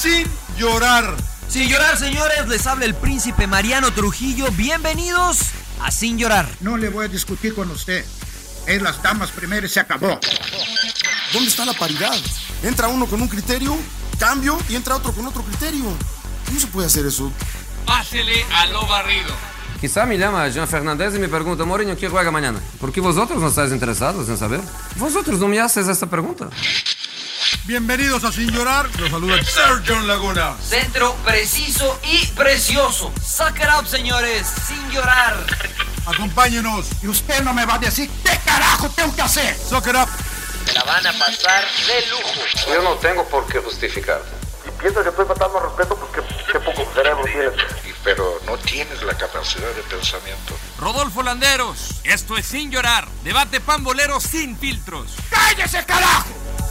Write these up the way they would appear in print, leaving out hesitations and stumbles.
sin llorar. Sin llorar, señores, les habla el príncipe Mariano Trujillo. Bienvenidos a Sin Llorar. No le voy a discutir con usted. Es las damas primero y se acabó. ¿Dónde está la paridad? Entra uno con un criterio, cambio, y entra otro con otro criterio. ¿Cómo se puede hacer eso? Pásele a lo barrido. Quizá me llama Jean Fernández y me pregunta, Mourinho, ¿quién juega mañana? ¿Por qué vosotros no estáis interesados en saber? Vosotros no me haces esta pregunta. Bienvenidos a Sin Llorar. Los saluda Sergio Laguna. Centro preciso y precioso. Suck it up, señores. Sin llorar. Acompáñenos. Y usted no me va a decir qué carajo tengo que hacer. Suck it up. Se la van a pasar de lujo. Yo no tengo por qué justificarte. Y piensas que estoy faltando al respeto porque qué poco cerebro tienes. Pero no tienes la capacidad de pensamiento. Rodolfo Landeros, esto es Sin Llorar. Debate pambolero sin filtros. ¡Cállese, carajo!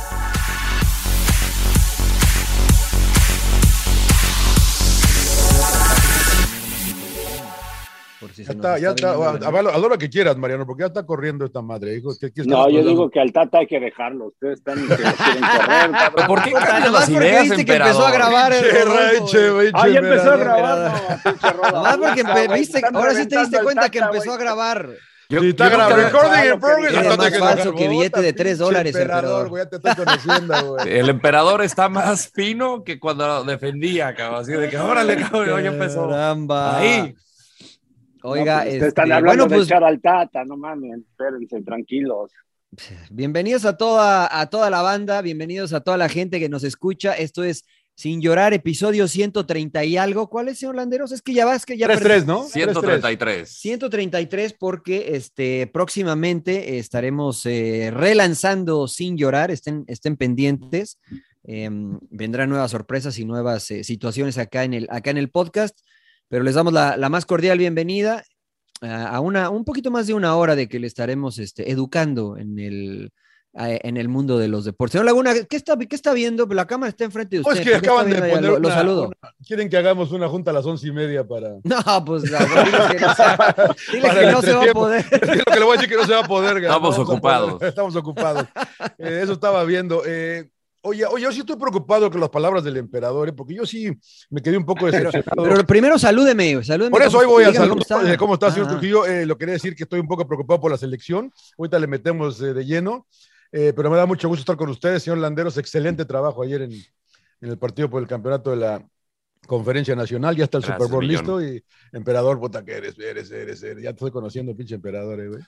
Ya está. A la hora que quieras, Mariano, porque ya está corriendo esta madre, hijo. No, yo digo que al Tata hay que dejarlo. Ustedes están que lo quieren correr. ¿Pero por qué cambian las ideas, viste emperador? Que empezó a grabar el ya empezó a grabar. Nomás porque viste, ahora sí te diste cuenta que empezó a grabar. Sí, está grabando. Recording in progress. Es más falso que billete de $3, emperador. Güey, ya te estoy conociendo, güey. El emperador está más fino que cuando defendía, cabrón. Así de que órale, cabrón, ya empezó. Caramba. Ahí. Oiga, ustedes están hablando de echar al Tata, no mames, espérense, tranquilos. Bienvenidos a toda la banda, bienvenidos a toda la gente que nos escucha. Esto es Sin Llorar, episodio 130 y algo. ¿Cuál es, señor Landeros? Es que ya vas, que ya 3-3, ¿no? 133. 133 porque próximamente estaremos relanzando Sin Llorar, estén pendientes. Vendrán nuevas sorpresas y nuevas situaciones acá en el podcast. Pero les damos la más cordial bienvenida a un poquito más de una hora de que le estaremos educando en el mundo de los deportes. Señor Laguna, ¿qué está viendo? La cámara está enfrente de usted. Es que acaban de poner lo saludo. Quieren que hagamos una junta a las 11:30 para... No, pues dile que no se va a poder. Es que lo que le voy a decir que no se va a poder. Estamos ocupados. Estamos ocupados. Eso estaba viendo. Oye, yo sí estoy preocupado con las palabras del emperador, porque yo sí me quedé un poco decepcionado. Pero primero salúdeme. Por eso hoy voy al saludo. ¿Cómo está, señor Ajá. Trujillo? Lo quería decir que estoy un poco preocupado por la selección. Ahorita le metemos de lleno, pero me da mucho gusto estar con ustedes, señor Landeros. Excelente trabajo ayer en el partido por el campeonato de la Conferencia Nacional. Ya está el Super Bowl listo y emperador, puta que eres. Ya te estoy conociendo, pinche emperador, güey.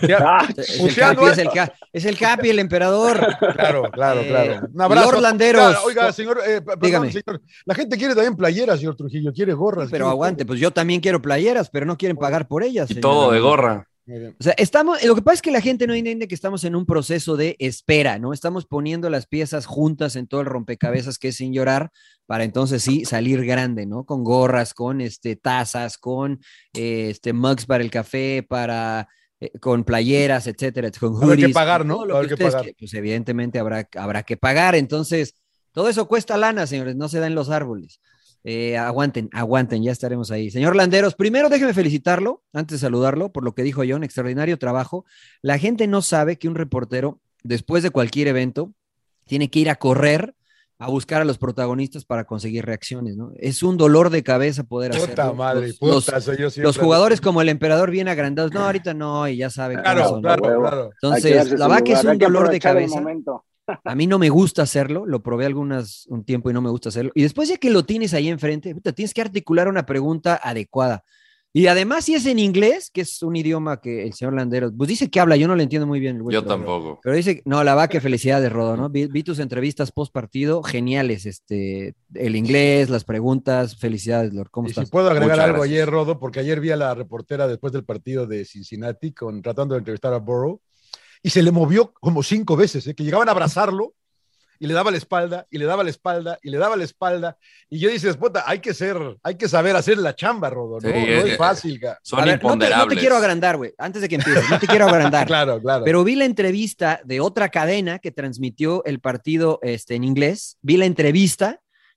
Es el Capi, el emperador. Claro. Un abrazo. Lord Landeros. Oiga, señor, perdón, señor. La gente quiere también playeras, señor Trujillo, quiere gorras. Pero aguante, pues yo también quiero playeras, pero no quieren pagar por ellas. Y señor. todo de gorra. O sea, lo que pasa es que la gente no entiende que estamos en un proceso de espera, ¿no? Estamos poniendo las piezas juntas en todo el rompecabezas que es Sin Llorar, para entonces sí salir grande, ¿no? Con gorras, con tazas, con mugs para el café, con playeras, etcétera, con hoodies. Habrá que pagar, ¿no? Pues evidentemente habrá que pagar. Entonces, todo eso cuesta lana, señores, no se da en los árboles. Aguanten, ya estaremos ahí. Señor Landeros, primero déjeme felicitarlo, antes de saludarlo, por lo que dijo John, extraordinario trabajo. La gente no sabe que un reportero, después de cualquier evento, tiene que ir a correr a buscar a los protagonistas para conseguir reacciones, ¿no? Es un dolor de cabeza poder hacerlo. Puta madre, los jugadores como el emperador bien agrandados, no, ahorita no, y ya saben. Claro. Entonces, la verdad que es un dolor de cabeza. A mí no me gusta hacerlo, lo probé un tiempo y no me gusta hacerlo. Y después ya que lo tienes ahí enfrente, tienes que articular una pregunta adecuada. Y además, si es en inglés, que es un idioma que el señor Landeros, pues dice que habla, yo no lo entiendo muy bien. Yo tampoco. Pero dice, no, la verdad que felicidades, Rodo, ¿no? Vi tus entrevistas post partido, geniales, el inglés, las preguntas, felicidades, Lord, ¿cómo estás? Si puedo agregar Muchas algo gracias. ayer, Rodo, porque ayer vi a la reportera después del partido de Cincinnati, tratando de entrevistar a Burrow, y se le movió como 5 veces, que llegaban a abrazarlo, y le daba la espalda, y le daba la espalda, y le daba la espalda, y yo dices, puta, hay que saber hacer la chamba, Rodo, ¿no? Sí, no es fácil. Son imponderables. No te quiero agrandar, güey, antes de que empieces, no te quiero agrandar. Claro. Pero vi la entrevista de otra cadena que transmitió el partido en inglés, vi la entrevista,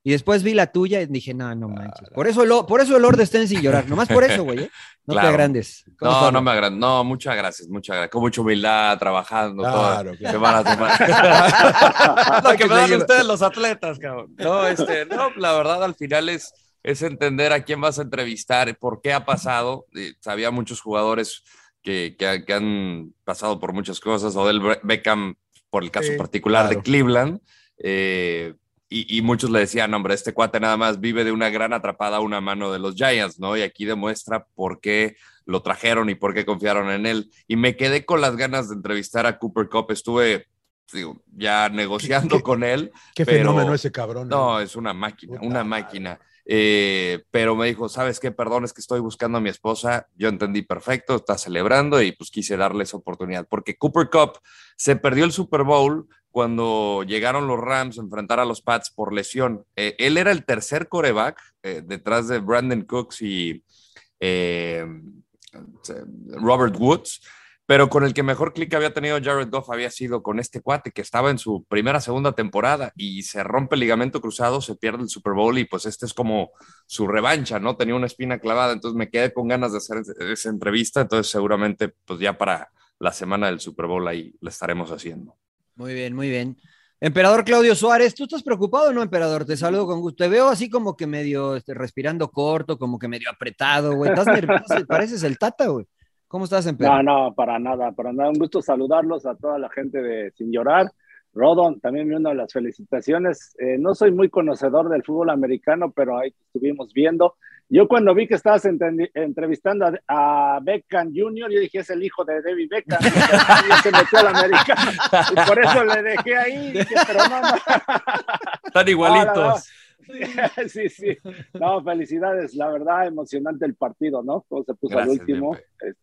Y después vi la tuya y dije, no manches. Por eso el Lord está en Sin Llorar. Nomás por eso, güey. No Claro. te agrandes. No me agrada. No, muchas gracias. Con mucha humildad, trabajando Claro, toda semana a semana. Lo que me dan ustedes los atletas, cabrón. No, la verdad al final es entender a quién vas a entrevistar, por qué ha pasado. Había muchos jugadores que han pasado por muchas cosas. Odell Beckham, por el caso particular de Cleveland. Y muchos le decían, hombre, este cuate nada más vive de una gran atrapada a una mano de los Giants, ¿no? Y aquí demuestra por qué lo trajeron y por qué confiaron en él. Y me quedé con las ganas de entrevistar a Cooper Kupp. Estuve ya negociando con él. Qué fenómeno ese cabrón. No, es una máquina. Pero me dijo, ¿sabes qué? Perdón, es que estoy buscando a mi esposa. Yo entendí perfecto, está celebrando y pues quise darle esa oportunidad. Porque Cooper Kupp se perdió el Super Bowl cuando llegaron los Rams a enfrentar a los Pats por lesión. Él era el tercer quarterback detrás de Brandon Cooks y Robert Woods, pero con el que mejor clic había tenido Jared Goff había sido con este cuate que estaba en su segunda temporada y se rompe el ligamento cruzado, se pierde el Super Bowl y pues es como su revancha, ¿no? Tenía una espina clavada, entonces me quedé con ganas de hacer esa entrevista, entonces seguramente pues ya para la semana del Super Bowl ahí la estaremos haciendo. Muy bien, muy bien. Emperador Claudio Suárez, ¿tú estás preocupado o no, emperador? Te saludo con gusto. Te veo así como que medio respirando corto, como que medio apretado, güey. ¿Estás nervioso? Pareces el Tata, güey. ¿Cómo estás, emperador? No, para nada. Un gusto saludarlos a toda la gente de Sin Llorar. Rodon, también me uno a las felicitaciones. No soy muy conocedor del fútbol americano, pero ahí estuvimos viendo. Yo cuando vi que estabas entrevistando a Beckham Jr., yo dije, es el hijo de David Beckham. Y se metió al americano. Y por eso le dejé ahí. Dije, pero no. Están igualitos. Sí. No, felicidades. La verdad, emocionante el partido, ¿no? Cómo se puso al último.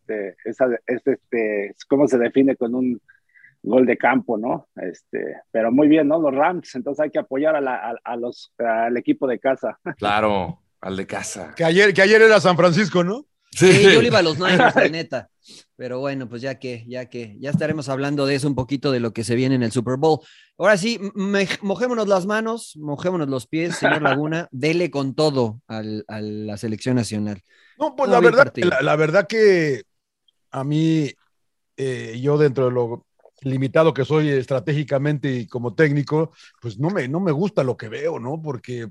Cómo se define con un gol de campo, ¿no? Pero muy bien, ¿no? Los Rams, entonces hay que apoyar al equipo de casa. Claro, al de casa. Que ayer era San Francisco, ¿no? Sí, yo le iba a los Niners, la neta. Pero bueno, pues ya estaremos hablando de eso un poquito, de lo que se viene en el Super Bowl. Ahora sí, mojémonos las manos, mojémonos los pies, señor Laguna, dele con todo a la selección nacional. No, pues la verdad que a mí, yo dentro de lo limitado que soy estratégicamente y como técnico, pues no me gusta lo que veo, ¿no? Porque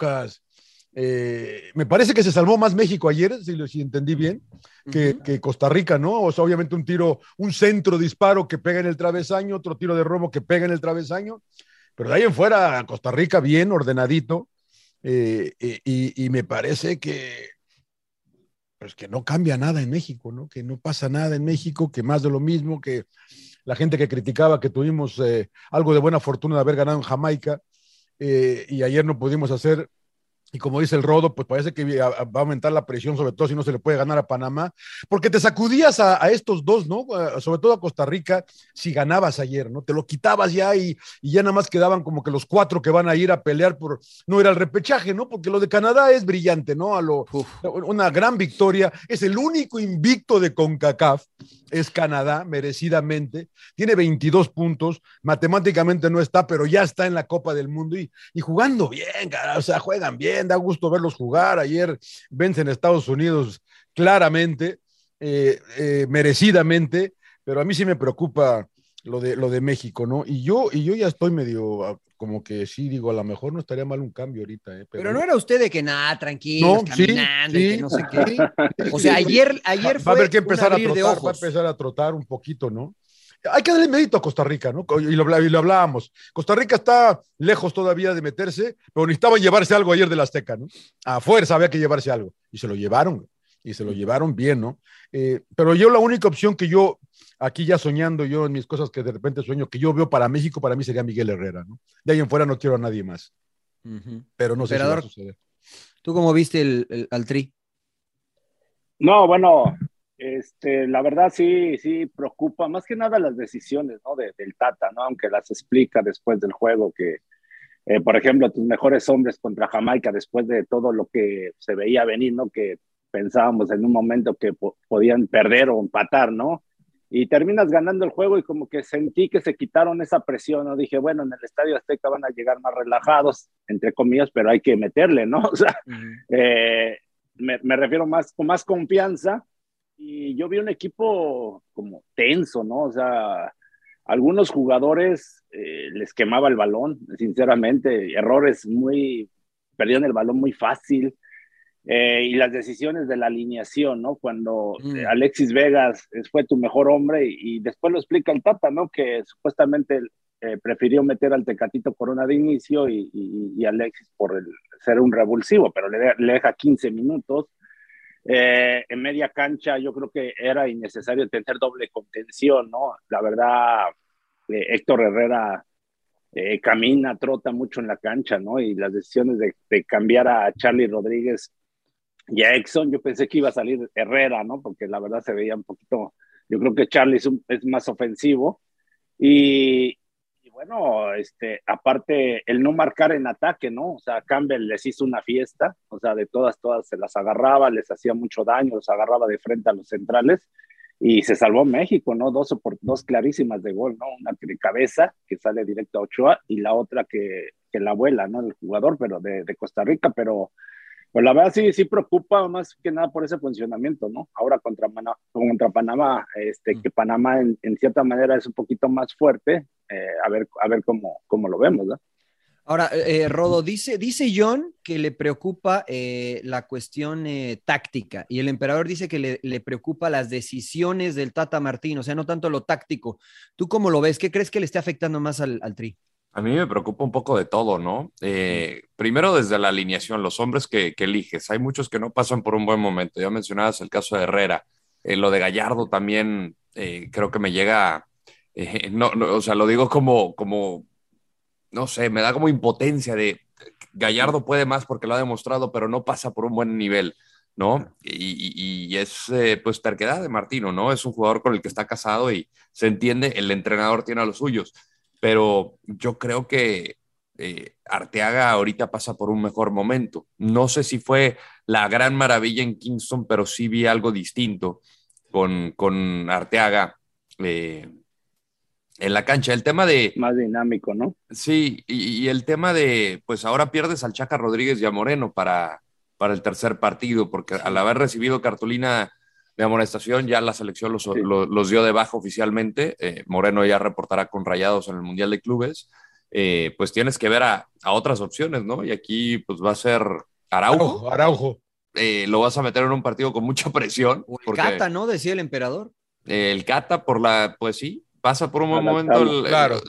me parece que se salvó más México ayer, si entendí bien, que Costa Rica, ¿no? O sea, obviamente un centro disparo que pega en el travesaño, otro tiro de robo que pega en el travesaño, pero de ahí en fuera Costa Rica bien ordenadito, y me parece que pues que no cambia nada en México, ¿no? Que no pasa nada en México, que más de lo mismo, que la gente que criticaba que tuvimos algo de buena fortuna de haber ganado en Jamaica, y ayer no pudimos hacer. Y como dice el Rodo, pues parece que va a aumentar la presión, sobre todo si no se le puede ganar a Panamá, porque te sacudías a estos dos, ¿no? Sobre todo a Costa Rica, si ganabas ayer, ¿no? Te lo quitabas ya y ya nada más quedaban como que los 4 que van a ir a pelear por no ir al repechaje, ¿no? Porque lo de Canadá es brillante, ¿no? Una gran victoria, es el único invicto de CONCACAF, es Canadá, merecidamente, tiene 22 puntos, matemáticamente no está, pero ya está en la Copa del Mundo y jugando bien, cara, o sea, juegan bien, da gusto verlos jugar. Ayer vencen a Estados Unidos claramente, merecidamente, pero a mí sí me preocupa lo de México, ¿no? Y yo ya estoy medio como que sí, digo, a lo mejor no estaría mal un cambio ahorita. Pero no era usted de que nada, tranquilo, caminando, y que no sé qué. O sea, ayer fue va a haber que empezar va a empezar a trotar un poquito, ¿no? Hay que darle mérito a Costa Rica, ¿no? Y lo hablábamos. Costa Rica está lejos todavía de meterse, pero necesitaban llevarse algo ayer del Azteca, ¿no? A fuerza había que llevarse algo. Y se lo llevaron bien, ¿no? Pero yo la única opción que yo, aquí ya soñando yo en mis cosas que de repente sueño, que yo veo para México, para mí sería Miguel Herrera, ¿no? De ahí en fuera no quiero a nadie más. Pero no sé si va a suceder. ¿Tú cómo viste al Tri? No, bueno, la verdad sí preocupa, más que nada las decisiones, ¿no? del Tata, ¿no? Aunque las explica después del juego que, por ejemplo, tus mejores hombres contra Jamaica, después de todo lo que se veía venir, ¿no? Que pensábamos en un momento que podían perder o empatar, ¿no? y terminas ganando el juego y como que sentí que se quitaron esa presión, ¿no? Dije, bueno, en el Estadio Azteca van a llegar más relajados, entre comillas, pero hay que meterle, ¿no? O sea, me refiero más con más confianza, y yo vi un equipo como tenso, ¿no? O sea, algunos jugadores les quemaba el balón, sinceramente, perdían el balón muy fácil, y las decisiones de la alineación, ¿no? Cuando Alexis Vegas fue tu mejor hombre, y después lo explica el Tata, ¿no? Que supuestamente prefirió meter al Tecatito Corona de inicio y Alexis por ser un revulsivo, pero le deja 15 minutos. En media cancha yo creo que era innecesario tener doble contención, ¿no? La verdad, Héctor Herrera camina, trota mucho en la cancha, ¿no? Y las decisiones de cambiar a Charlie Rodríguez y a Exxon, yo pensé que iba a salir Herrera, ¿no? Porque la verdad se veía un poquito, yo creo que Charlie es más ofensivo, y bueno, aparte el no marcar en ataque, ¿no? O sea, Campbell les hizo una fiesta, o sea, de todas se las agarraba, les hacía mucho daño, los agarraba de frente a los centrales, y se salvó México, ¿no? Dos clarísimas de gol, ¿no? Una de cabeza, que sale directo a Ochoa, y la otra que la vuela, ¿no? El jugador, pero de Costa Rica, pero la verdad sí preocupa más que nada por ese funcionamiento, ¿no? Ahora contra Panamá, que Panamá en cierta manera es un poquito más fuerte, a ver cómo lo vemos, ¿no? Ahora, Rodo, dice John que le preocupa la cuestión táctica, y el emperador dice que le preocupa las decisiones del Tata Martino, o sea, no tanto lo táctico. ¿Tú cómo lo ves? ¿Qué crees que le esté afectando más al Tri? A mí me preocupa un poco de todo, ¿no? Primero desde la alineación, los hombres que eliges. Hay muchos que no pasan por un buen momento. Ya mencionabas el caso de Herrera. Lo de Gallardo también creo que me llega... o sea, lo digo como, no sé, me da como impotencia de Gallardo puede más porque lo ha demostrado, pero no pasa por un buen nivel, ¿no? Y es pues terquedad de Martino, ¿no? Es un jugador con el que está casado y se entiende, el entrenador tiene a los suyos. Pero yo creo que Arteaga ahorita pasa por un mejor momento. No sé si fue la gran maravilla en Kingston, pero sí vi algo distinto con Arteaga en la cancha. El tema de... Más dinámico, ¿no? Sí, y el tema de, pues ahora pierdes al Chaca Rodríguez y a Moreno para el tercer partido, porque al haber recibido cartulina de amonestación, ya la selección los dio de baja oficialmente. Moreno ya reportará con Rayados en el Mundial de Clubes. Pues tienes que ver a otras opciones, ¿no? Y aquí pues va a ser Araujo. Lo vas a meter en un partido con mucha presión. O el Cata, ¿no? Decía el emperador. El Cata pues sí, pasa por un buen momento. Claro.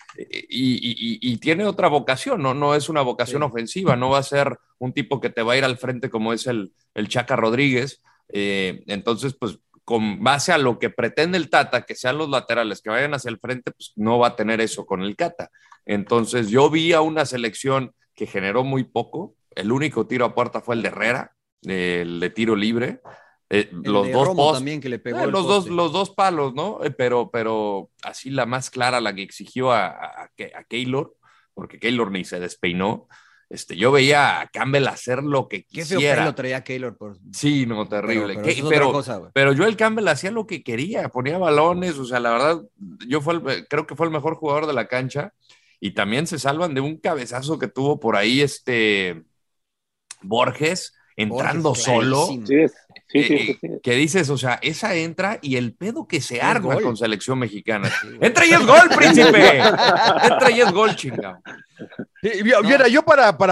Y tiene otra vocación, no es una vocación ofensiva, no va a ser un tipo que te va a ir al frente como es el Chaca Rodríguez. Entonces, pues con base a lo que pretende el Tata, que sean los laterales que vayan hacia el frente, pues no va a tener eso con el Cata. Entonces yo vi a una selección que generó muy poco. El único tiro a puerta fue el de Herrera, el de tiro libre. Los dos Romo también, que le pegó los dos palos, ¿no? Pero así la más clara, la que exigió a Keylor, porque Keylor ni se despeinó. Yo veía a Campbell hacer lo que quisiera. Qué feo pelo traía Keylor. Sí, no, terrible. Pero pero Joel Campbell hacía lo que quería, ponía balones, o sea, la verdad, creo que fue el mejor jugador de la cancha, y también se salvan de un cabezazo que tuvo por ahí Borges, entrando solo. Sí. Que dices, o sea, esa entra y el pedo que se arma con selección mexicana. Entra y es gol, príncipe. Entra y es gol, chingado. Mira, yo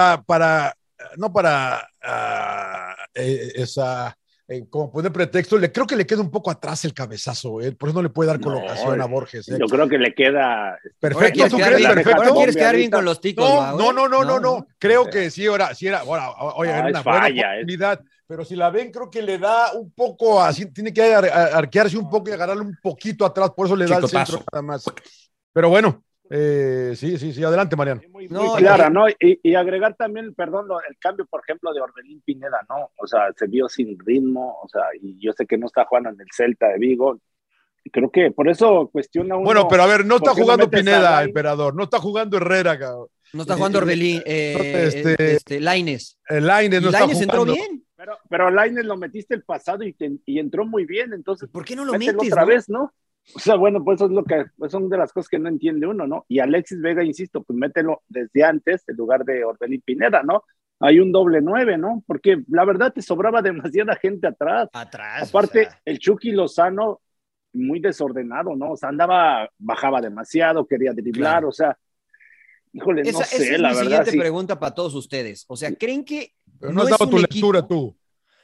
como poner pretexto, creo que le queda un poco atrás el cabezazo, por eso no le puede dar colocación a Borges. Yo creo que le queda... Perfecto, ¿tú crees perfecto? Ahora quieres quedar bien con los ticos. No. Creo que sí, ahora, oye, era una buena oportunidad, pero si la ven, creo que le da un poco así, tiene que arquearse un poco y agarrarle un poquito atrás, por eso le da el centro nada más. Pero bueno, sí, adelante, Mariano. Muy clara, ¿no? Y agregar también, perdón, el cambio, por ejemplo, de Orbelín Pineda, ¿no? O sea, se vio sin ritmo, o sea, y yo sé que no está jugando en el Celta de Vigo. Creo que por eso cuestiona uno. Bueno, pero a ver, no está jugando Pineda, emperador, no está jugando Herrera, cabrón. No está jugando Orbelín, Lainez. Lainez no está jugando. Entró bien. Pero Lainez lo metiste el pasado y entró muy bien, entonces. ¿Por qué no lo metes? Otra vez, ¿no? O sea, bueno, pues eso es lo que, pues son de las cosas que no entiende uno, ¿no? Y Alexis Vega, insisto, pues mételo desde antes, en lugar de Orbelín Pineda, ¿no? Hay un doble 9, ¿no? Porque la verdad te sobraba demasiada gente atrás. Aparte, o sea, el Chucky Lozano, muy desordenado, ¿no? O sea, bajaba demasiado, quería driblar, claro. O sea, híjole, no sé, esa es la mi verdad. Siguiente sí. pregunta para todos ustedes. O sea, ¿creen que pero no has dado tu lectura tú?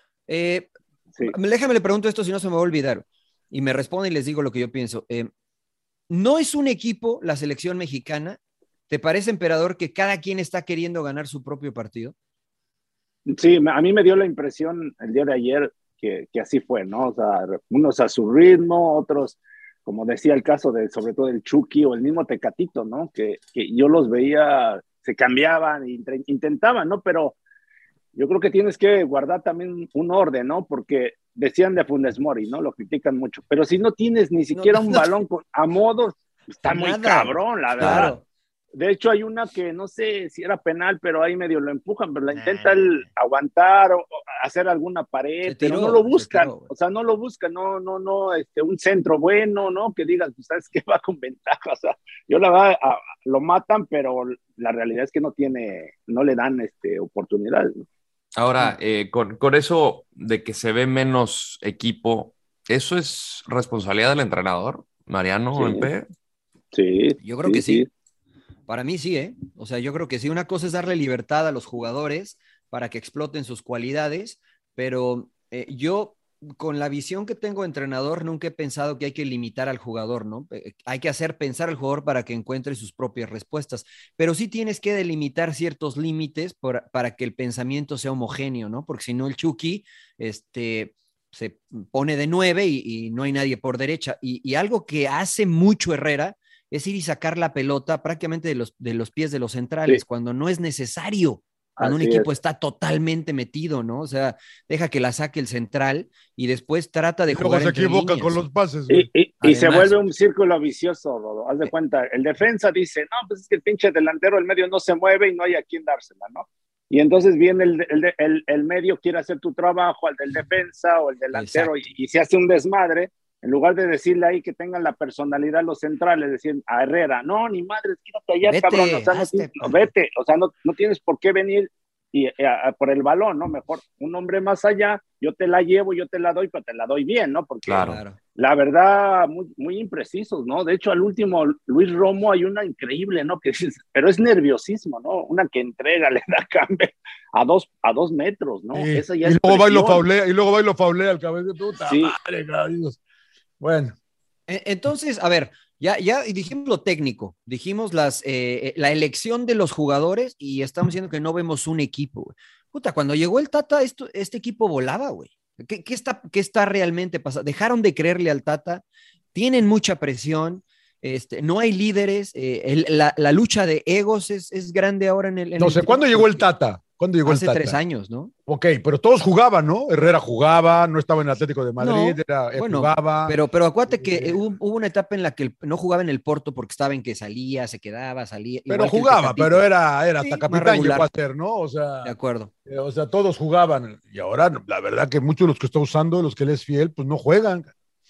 Sí. Déjame le pregunto esto si no se me va a olvidar. Y me responde y les digo lo que yo pienso. ¿No es un equipo la selección mexicana? ¿Te parece, emperador, que cada quien está queriendo ganar su propio partido? Sí, a mí me dio la impresión el día de ayer que así fue, ¿no? O sea, unos a su ritmo, otros, como decía el caso de, sobre todo el Chucky o el mismo Tecatito, ¿no? Que yo los veía, se cambiaban, intentaban, ¿no? Pero yo creo que tienes que guardar también un orden, ¿no? Porque decían de Funes Mori, ¿no? Lo critican mucho. Pero si no tienes ni siquiera un balón a modo, está muy cabrón, la verdad. Claro. De hecho, hay una que no sé si era penal, pero ahí medio lo empujan, pero la intenta aguantar o hacer alguna pared, pero no lo buscan. O sea, no lo buscan, no, un centro bueno, ¿no? Que digas, pues, ¿sabes qué? Va con ventaja. O sea, yo la verdad, lo matan, pero la realidad es que no le dan oportunidades, ¿no? Ahora, con eso de que se ve menos equipo, ¿eso es responsabilidad del entrenador, Mariano, sí. MP? Sí. Yo creo que sí. Para mí sí, ¿eh? O sea, yo creo que sí. Una cosa es darle libertad a los jugadores para que exploten sus cualidades, pero yo, con la visión que tengo de entrenador, nunca he pensado que hay que limitar al jugador, ¿no? Hay que hacer pensar al jugador para que encuentre sus propias respuestas, pero sí tienes que delimitar ciertos límites para que el pensamiento sea homogéneo, ¿no? Porque si no el Chucky, se pone de 9 y no hay nadie por derecha. Y algo que hace mucho Herrera es ir y sacar la pelota prácticamente de los pies de los centrales, cuando no es necesario, cuando un equipo está totalmente metido, ¿no? O sea, deja que la saque el central y después trata de jugar entre líneas. Luego se equivoca con los pases. Y se vuelve un círculo vicioso, Rodo. Haz de cuenta, el defensa dice, no, pues es que el pinche delantero, el medio no se mueve y no hay a quien dársela, ¿no? Y entonces viene el medio, quiere hacer tu trabajo al del defensa o el delantero y se hace un desmadre. En lugar de decirle ahí que tengan la personalidad los centrales, decir a Herrera, no, ni madre, quédate allá, vete, cabrón, o sea, vete, o sea, no tienes por qué venir por el balón, ¿no? Mejor un hombre más allá, yo te la llevo, yo te la doy, pero te la doy bien, ¿no? Porque la verdad, muy, muy imprecisos, ¿no? De hecho, al último, Luis Romo, hay una increíble, ¿no? Pero es nerviosismo, ¿no? Una que entrega, le da cambio a 2 metros, ¿no? Sí. Esa ya y luego va y lo faulea al cabeza de puta. Sí. Madre, Dios. Bueno. Entonces, a ver, ya dijimos lo técnico, dijimos la elección de los jugadores y estamos diciendo que no vemos un equipo, güey. Puta, cuando llegó el Tata, este equipo volaba, güey. ¿Qué está realmente pasando? Dejaron de creerle al Tata, tienen mucha presión, no hay líderes, la lucha de egos es grande ahora en el... No sé, ¿cuándo llegó el Tata? Hace 3 años, ¿no? Ok, pero todos jugaban, ¿no? Herrera jugaba, no estaba en el Atlético de Madrid, jugaba. Pero acuérdate que hubo una etapa en la que no jugaba en el Porto porque estaba en que salía, se quedaba, salía. Pero jugaba, pero era hasta capitán llegó a ser, ¿no? O sea, de acuerdo. O sea, todos jugaban. Y ahora, la verdad que muchos de los que está usando, los que él es fiel, pues no juegan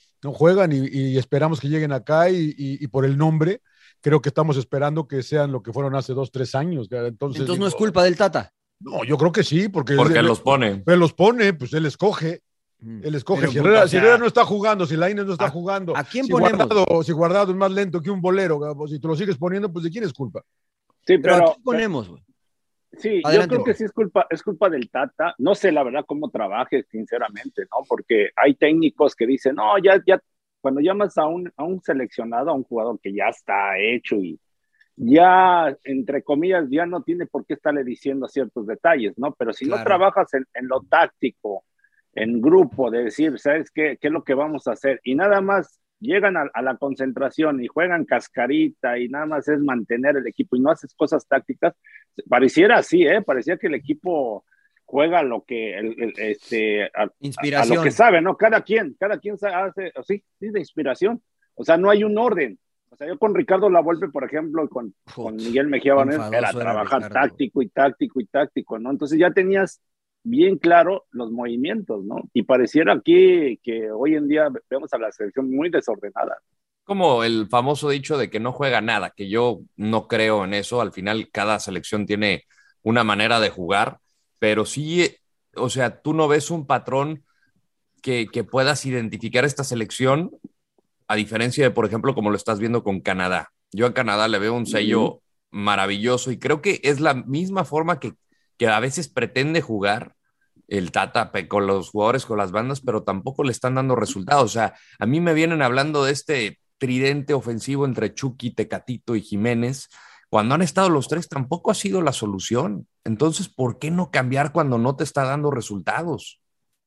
y esperamos que lleguen acá y por el nombre, creo que estamos esperando que sean lo que fueron hace 2-3 años. Entonces no es culpa del Tata. No, yo creo que sí, porque él los pone. Él los pone, pues él escoge. Él escoge. Si Herrera no está jugando, si Lainez no está jugando, ¿a quién ponemos? Si Guardado es más lento que un bolero, si te lo sigues poniendo, pues ¿de quién es culpa? Sí, pero ¿a quién ponemos, güey? Sí, adelante, yo creo que sí es culpa del Tata. No sé la verdad cómo trabaje, sinceramente, ¿no? Porque hay técnicos que dicen, no, ya, cuando llamas a un seleccionado, a un jugador que ya está hecho y ya, entre comillas, ya no tiene por qué estarle diciendo ciertos detalles, ¿no? Pero si no trabajas en lo táctico, en grupo, de decir, ¿sabes qué es lo que vamos a hacer? Y nada más llegan a la concentración y juegan cascarita y nada más es mantener el equipo y no haces cosas tácticas, pareciera así, parecía que el equipo juega lo que inspiración. A lo que sabe, ¿no? Cada quien hace, sí, de inspiración. O sea, no hay un orden. O sea, yo con Ricardo Lavolpe, por ejemplo, con Miguel Mejía Barón, era trabajar táctico, ¿no? Entonces ya tenías bien claro los movimientos, ¿no? Y pareciera aquí que hoy en día vemos a la selección muy desordenada. Como el famoso dicho de que no juega nada, que yo no creo en eso. Al final, cada selección tiene una manera de jugar, pero sí, o sea, tú no ves un patrón que puedas identificar esta selección, a diferencia de, por ejemplo, como lo estás viendo con Canadá. Yo a Canadá le veo un sello maravilloso y creo que es la misma forma que a veces pretende jugar el Tata con los jugadores, con las bandas, pero tampoco le están dando resultados. O sea, a mí me vienen hablando de este tridente ofensivo entre Chucky, Tecatito y Jiménez. Cuando han estado los tres, tampoco ha sido la solución. Entonces, ¿por qué no cambiar cuando no te está dando resultados?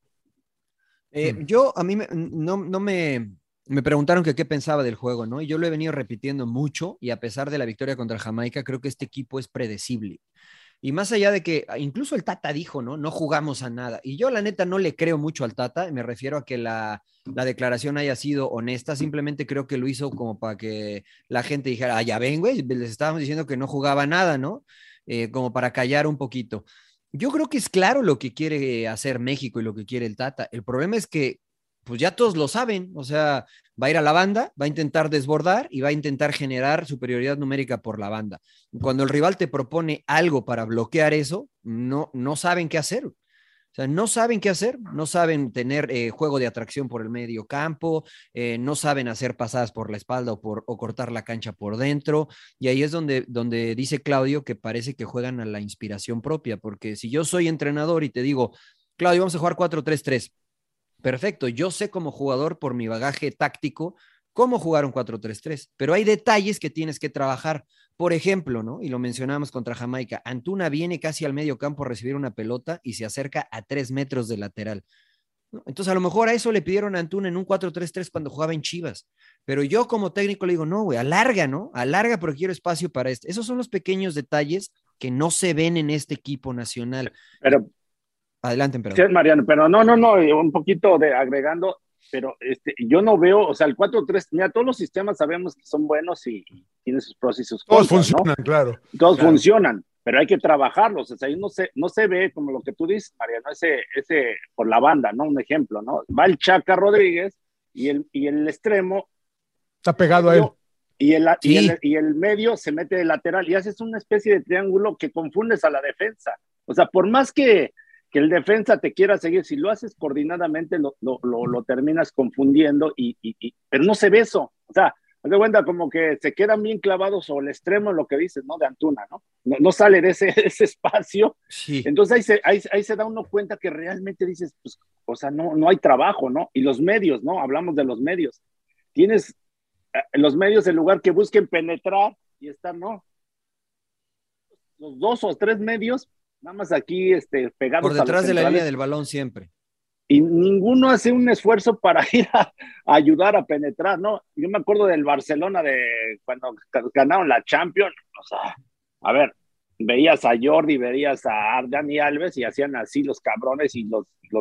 A mí me preguntaron que qué pensaba del juego, ¿no? Y yo lo he venido repitiendo mucho y a pesar de la victoria contra Jamaica, creo que este equipo es predecible. Y más allá de que incluso el Tata dijo, ¿no? No jugamos a nada. Y yo la neta no le creo mucho al Tata, me refiero a que la declaración haya sido honesta, simplemente creo que lo hizo como para que la gente dijera, ya ven, güey, les estábamos diciendo que no jugaba nada, ¿no? Como para callar un poquito. Yo creo que es claro lo que quiere hacer México y lo que quiere el Tata. El problema es que pues ya todos lo saben, o sea, va a ir a la banda, va a intentar desbordar y va a intentar generar superioridad numérica por la banda. Cuando el rival te propone algo para bloquear eso, no saben qué hacer. O sea, no saben qué hacer, no saben tener juego de atracción por el medio campo, no saben hacer pasadas por la espalda o cortar la cancha por dentro. Y ahí es donde dice Claudio que parece que juegan a la inspiración propia, porque si yo soy entrenador y te digo, Claudio, vamos a jugar 4-3-3. Perfecto, yo sé como jugador por mi bagaje táctico cómo jugar un 4-3-3, pero hay detalles que tienes que trabajar. Por ejemplo, ¿no? Y lo mencionamos contra Jamaica, Antuna viene casi al medio campo a recibir una pelota y se acerca a 3 metros de lateral, ¿no? Entonces a lo mejor a eso le pidieron a Antuna en un 4-3-3 cuando jugaba en Chivas, pero yo como técnico le digo, no, güey, alarga, ¿no? Alarga porque quiero espacio para esto. Esos son los pequeños detalles que no se ven en este equipo nacional. Pero adelante, perdón. Sí, Mariano, pero no, un poquito de agregando, pero yo no veo, o sea, el 4-3, mira, todos los sistemas sabemos que son buenos y tienen sus pros y sus contras, todos funcionan, ¿no? Claro. Todos funcionan, pero hay que trabajarlos, o sea, ahí no se ve como lo que tú dices, Mariano, ese por la banda, ¿no? Un ejemplo, ¿no? Va el Chaca Rodríguez y el extremo está pegado a él. Y el medio se mete de lateral y haces una especie de triángulo que confundes a la defensa. O sea, por más que el defensa te quiera seguir, si lo haces coordinadamente, lo terminas confundiendo, pero no se ve eso. O sea, haz de cuenta como que se quedan bien clavados sobre el extremo en lo que dices, ¿no? De Antuna, ¿no? No sale de ese espacio. Sí. Entonces ahí se da uno cuenta que realmente dices, pues, o sea, no hay trabajo, ¿no? Y los medios, ¿no? Hablamos de los medios. Tienes los medios, en lugar que busquen penetrar y estar, ¿no? Los 2 o 3 medios nada más aquí pegados por detrás de la línea del balón siempre. Y ninguno hace un esfuerzo para ir a ayudar a penetrar, ¿no? Yo me acuerdo del Barcelona de cuando ganaron la Champions, o sea, a ver, veías a Jordi, veías a Dani Alves y hacían así los cabrones y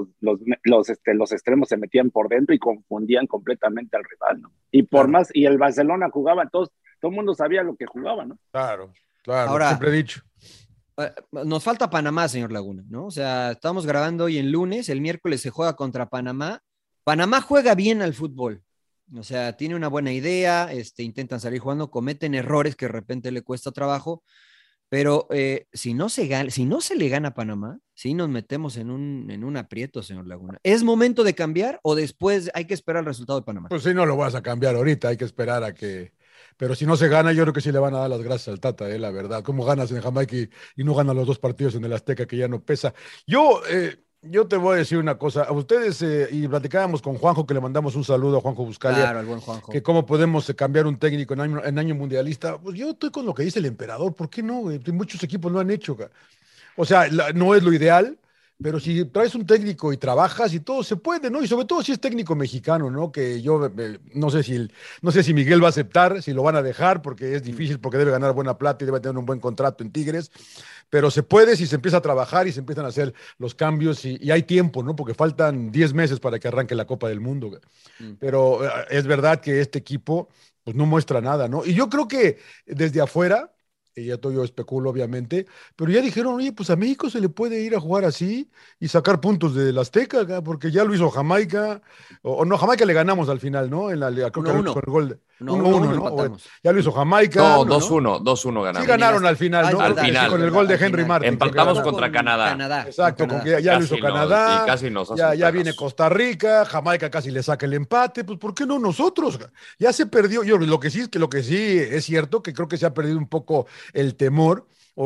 los extremos se metían por dentro y confundían completamente al rival, ¿no? Y y el Barcelona jugaba, todo el mundo sabía lo que jugaba, ¿no? Claro, ahora, siempre he dicho. Nos falta Panamá, señor Laguna, ¿no? O sea, estamos grabando hoy en lunes, el miércoles se juega contra Panamá. Panamá juega bien al fútbol, o sea, tiene una buena idea, intentan salir jugando, cometen errores que de repente le cuesta trabajo, pero si no se le gana a Panamá, sí nos metemos en un aprieto, señor Laguna. ¿Es momento de cambiar o después hay que esperar el resultado de Panamá? Pues sí, no lo vas a cambiar ahorita, hay que esperar a que... Pero si no se gana, yo creo que sí le van a dar las gracias al Tata, la verdad. ¿Cómo ganas en Jamaica y no ganan los 2 partidos en el Azteca, que ya no pesa? Yo te voy a decir una cosa. A ustedes, y platicábamos con Juanjo, que le mandamos un saludo a Juanjo Buscalia. Claro, el buen Juanjo. Que cómo podemos cambiar un técnico en año mundialista. Pues yo estoy con lo que dice el emperador. ¿Por qué no? Muchos equipos lo han hecho. O sea, no es lo ideal, pero si traes un técnico y trabajas y todo se puede, ¿no? Y sobre todo si es técnico mexicano, ¿no? Que yo no sé si Miguel va a aceptar, si lo van a dejar, porque es difícil, porque debe ganar buena plata y debe tener un buen contrato en Tigres, pero se puede si se empieza a trabajar y se empiezan a hacer los cambios y hay tiempo, ¿no? Porque faltan 10 meses para que arranque la Copa del Mundo. Pero es verdad que este equipo pues no muestra nada, ¿no? Y yo creo que desde afuera, y ya todo yo especulo obviamente, pero ya dijeron, oye, pues a México se le puede ir a jugar así y sacar puntos del Azteca, porque ya lo hizo Jamaica, o no, Jamaica le ganamos al final, ¿no? Creo que con el gol No, 1-1, ¿no? empatamos. Ya lo hizo Jamaica. No, ¿no? 2-1 ganamos. Sí ganaron al final, ¿no? Al final. Con el gol de Henry Martin. Empatamos contra Canadá. Exacto, con que ya lo hizo Canadá. Y casi nos ya viene Costa Rica, Jamaica casi le saca el empate. Pues, ¿por qué no nosotros? Ya se perdió. Lo que sí es cierto, que creo que se ha perdido un poco el temor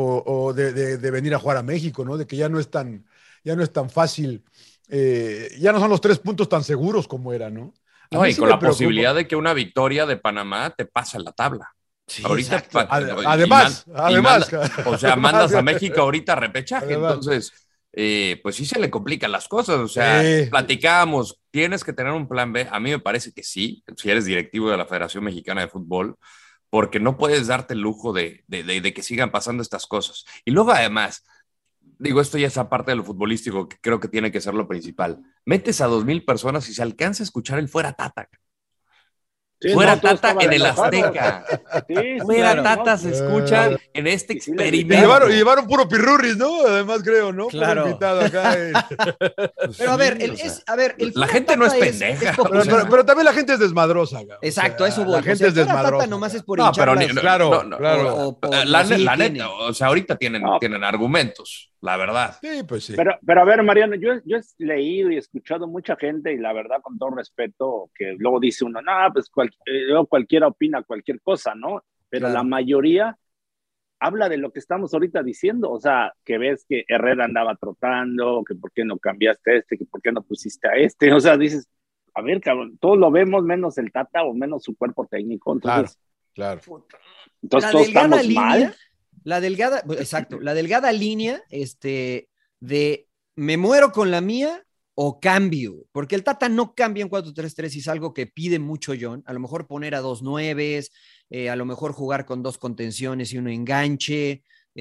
de venir a jugar a México, ¿no? De que ya no es tan fácil. Ya no son los 3 puntos tan seguros como era, ¿no? No, y con la posibilidad de que una victoria de Panamá te pasa en la tabla. Sí, ahorita, además, o sea, mandas a México ahorita a repechaje, entonces, pues sí se le complican las cosas, o sea, platicábamos, tienes que tener un plan B, a mí me parece que sí, si eres directivo de la Federación Mexicana de Fútbol, porque no puedes darte el lujo de que sigan pasando estas cosas. Y luego además, digo, esto ya es aparte de lo futbolístico, que creo que tiene que ser lo principal. Metes a 2,000 personas y se alcanza a escuchar el fuera Tata. Sí, fuera Tata en el Azteca. Sí, fuera claro, Tata se escucha en este experimento. Y llevaron puro pirurris, ¿no? Además, creo, ¿no? Claro. Puro invitado acá. Pero a ver, la gente no es pendeja. Pero también la gente es desmadrosa. Exacto, o sea, eso voy. La gente es desmadrosa. Tata nomás es por no, pero claro. La neta, o sea, ahorita tienen argumentos, la verdad. Sí, pues sí. Pero a ver, Mariano, yo he leído y escuchado mucha gente, y la verdad, con todo respeto, que luego dice uno, no, pues cualquiera opina cualquier cosa, ¿no? Pero la mayoría habla de lo que estamos ahorita diciendo, o sea, que ves que Herrera andaba trotando, que por qué no cambiaste a este, que por qué no pusiste a este, o sea, dices, a ver, cabrón, todos lo vemos menos el Tata o menos su cuerpo técnico, entonces... Claro. Entonces todos estamos mal. La delgada línea, de me muero con la mía o cambio, porque el Tata no cambia en 4-3-3 y es algo que pide mucho John, a lo mejor poner a 2 9s, a lo mejor jugar con 2 contenciones y 1 enganche,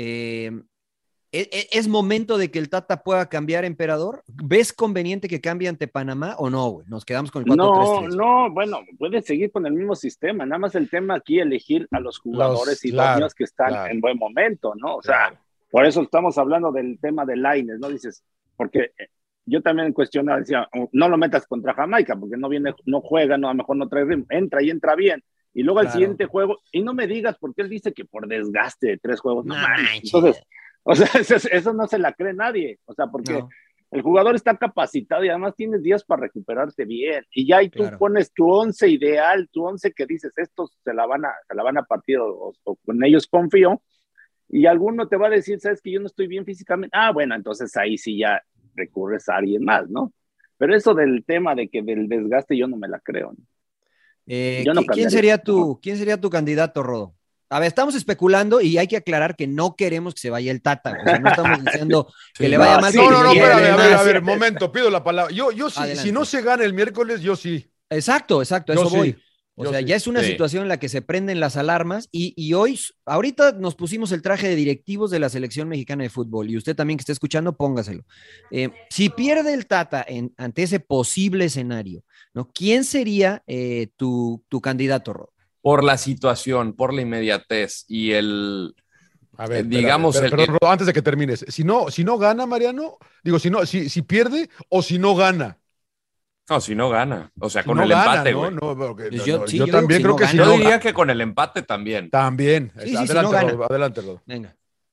¿es momento de que el Tata pueda cambiar, emperador? ¿Ves conveniente que cambie ante Panamá o no, güey? Nos quedamos con el 4-3-3. No, bueno, puedes seguir con el mismo sistema, nada más el tema aquí, elegir a los jugadores idóneos que están en buen momento, ¿no? O sea, por eso estamos hablando del tema de Lainez, ¿no? Dices, porque yo también cuestionaba, decía, no lo metas contra Jamaica, porque no juega, no, a lo mejor no trae ritmo, entra bien, y luego al siguiente juego, y no me digas, porque él dice que por desgaste de 3 juegos, no manches. Entonces, o sea, eso no se la cree nadie, o sea, porque el jugador está capacitado y además tienes días para recuperarte bien, y ya ahí tú pones tu 11 ideal, tu 11 que dices, estos se la van a partir, o con ellos confío, y alguno te va a decir, sabes que yo no estoy bien físicamente, bueno, entonces ahí sí ya recurres a alguien más, ¿no? Pero eso del tema de que del desgaste yo no me la creo, ¿no? ¿Quién sería tu candidato, Rodo? A ver, estamos especulando y hay que aclarar que no queremos que se vaya el Tata. O sea, no estamos diciendo que le vaya mal. No, espérame, a ver, momento, pido la palabra. Yo sí, si no se gana el miércoles, yo sí. Exacto, a eso voy. O sea, ya es una situación en la que se prenden las alarmas y ahorita nos pusimos el traje de directivos de la Selección Mexicana de Fútbol y usted también que esté escuchando, póngaselo. Si pierde el Tata ante ese posible escenario, ¿no? ¿Quién sería tu candidato, Rod? Por la situación, por la inmediatez y el... A ver, digamos... Perdón, Rod, antes de que termines. Si no gana, Mariano, digo, si pierde o si no gana. No, si no gana. O sea, con el empate, güey. Yo también creo que si no gana. Yo diría que con el empate también. También. Sí, adelante, Rodo. Venga.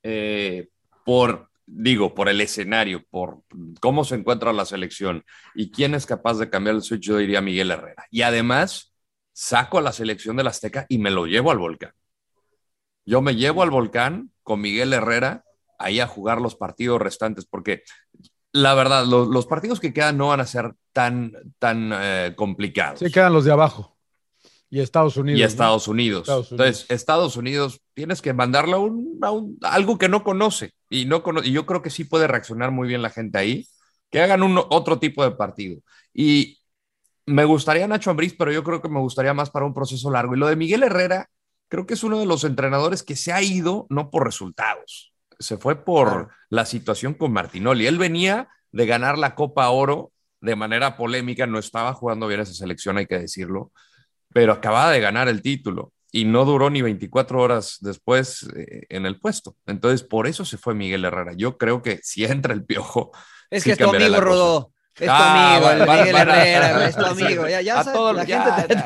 Por el escenario, por cómo se encuentra la selección y quién es capaz de cambiar el switch, yo diría Miguel Herrera. Y además, saco a la selección del Azteca y me lo llevo al Volcán. Yo me llevo al Volcán con Miguel Herrera ahí a jugar los partidos restantes, porque... La verdad, los partidos que quedan no van a ser tan complicados. Sí, quedan los de abajo. Y Estados Unidos. Entonces, Estados Unidos, tienes que mandarle algo que no conoce. Y yo creo que sí puede reaccionar muy bien la gente ahí. Que hagan otro tipo de partido. Y me gustaría Nacho Ambriz, pero yo creo que me gustaría más para un proceso largo. Y lo de Miguel Herrera, creo que es uno de los entrenadores que se ha ido no por resultados. Se fue por la situación con Martinoli. Él venía de ganar la Copa Oro de manera polémica, no estaba jugando bien esa selección, hay que decirlo, pero acababa de ganar el título y no duró ni 24 horas después en el puesto. Entonces, por eso se fue Miguel Herrera. Yo creo que si entra el Piojo... Es que es tu amigo, Rodó. Es tu amigo, el Miguel Herrera, güey, es tu Sí, amigo. Ya a sabes, todos la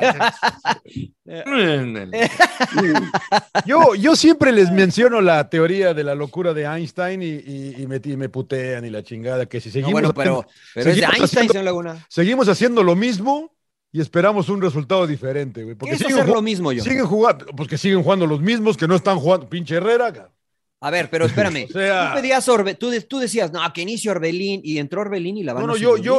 gente Yo siempre les menciono la teoría de la locura de Einstein y me putean y la chingada, que si seguimos... No, bueno, pero es de Einstein, señor Laguna. Seguimos haciendo lo mismo y esperamos un resultado diferente, güey. ¿Qué es hacer lo mismo, yo? Siguen jugando, pues que siguen jugando los mismos, que no están jugando, pinche Herrera, cabrón. A ver, pero espérame. O sea, tú pedías tú decías, no, que inicie Orbelín, y entró Orbelín y la van a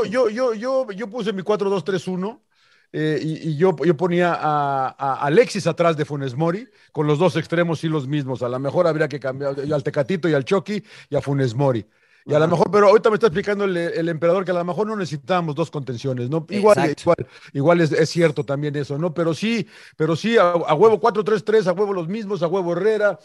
yo puse mi 4-2-3-1 y yo ponía a Alexis atrás de Funes Mori, con los dos extremos y los mismos. A lo mejor habría que cambiar al Tecatito y al Chucky y a Funes Mori. Y a lo mejor, pero ahorita me está explicando el emperador que a lo mejor no necesitamos dos contenciones, ¿no? Igual es cierto también eso, ¿no? Pero sí, a huevo 4-3-3, a huevo los mismos, a huevo Herrera,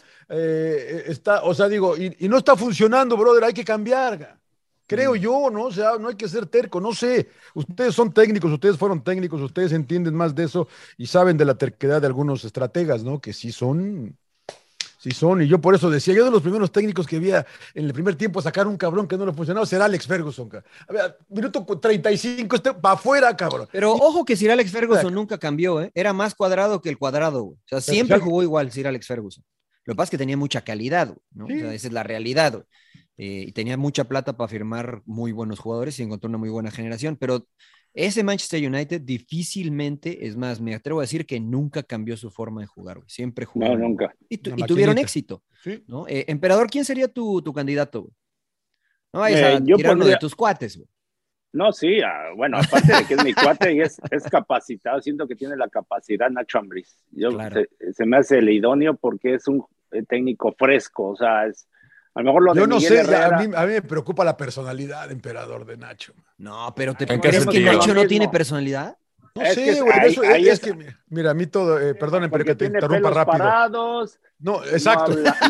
o sea, digo, y no está funcionando, brother, hay que cambiar, creo yo, ¿no? O sea, no hay que ser terco, no sé, ustedes son técnicos, ustedes fueron técnicos, ustedes entienden más de eso y saben de la terquedad de algunos estrategas, ¿no? Que sí son, y yo por eso decía, yo de los primeros técnicos que había en el primer tiempo sacar un cabrón que no le funcionaba será Alex Ferguson. A ver, minuto 35, para afuera, cabrón. Pero ojo que Sir Alex Ferguson nunca cambió, ¿eh? Era más cuadrado que el cuadrado, güey. O sea, siempre jugó igual Sir Alex Ferguson. Lo que pasa es que tenía mucha calidad, güey, ¿no? Sí. O sea, esa es la realidad, güey. Y tenía mucha plata para firmar muy buenos jugadores y encontró una muy buena generación, pero ese Manchester United difícilmente, es más, me atrevo a decir que nunca cambió su forma de jugar, güey. Siempre jugó. No, nunca. Y tuvieron éxito. Sí. ¿No? Emperador, ¿quién sería tu candidato, güey? No vayas a tirar uno de tus cuates, güey. No, sí, bueno, aparte de que es mi cuate y es capacitado, siento que tiene la capacidad Nacho Ambriz. Claro. Se me hace el idóneo porque es un técnico fresco, o sea, a lo mejor lo de yo no Miguel sé, Herrera, a mí me preocupa la personalidad, emperador, de Nacho. No, pero ¿te crees que Nacho no tiene personalidad? No sé, güey, es que, mira, a mí todo, perdonen, pero que te interrumpa rápido. Parados, no, exacto.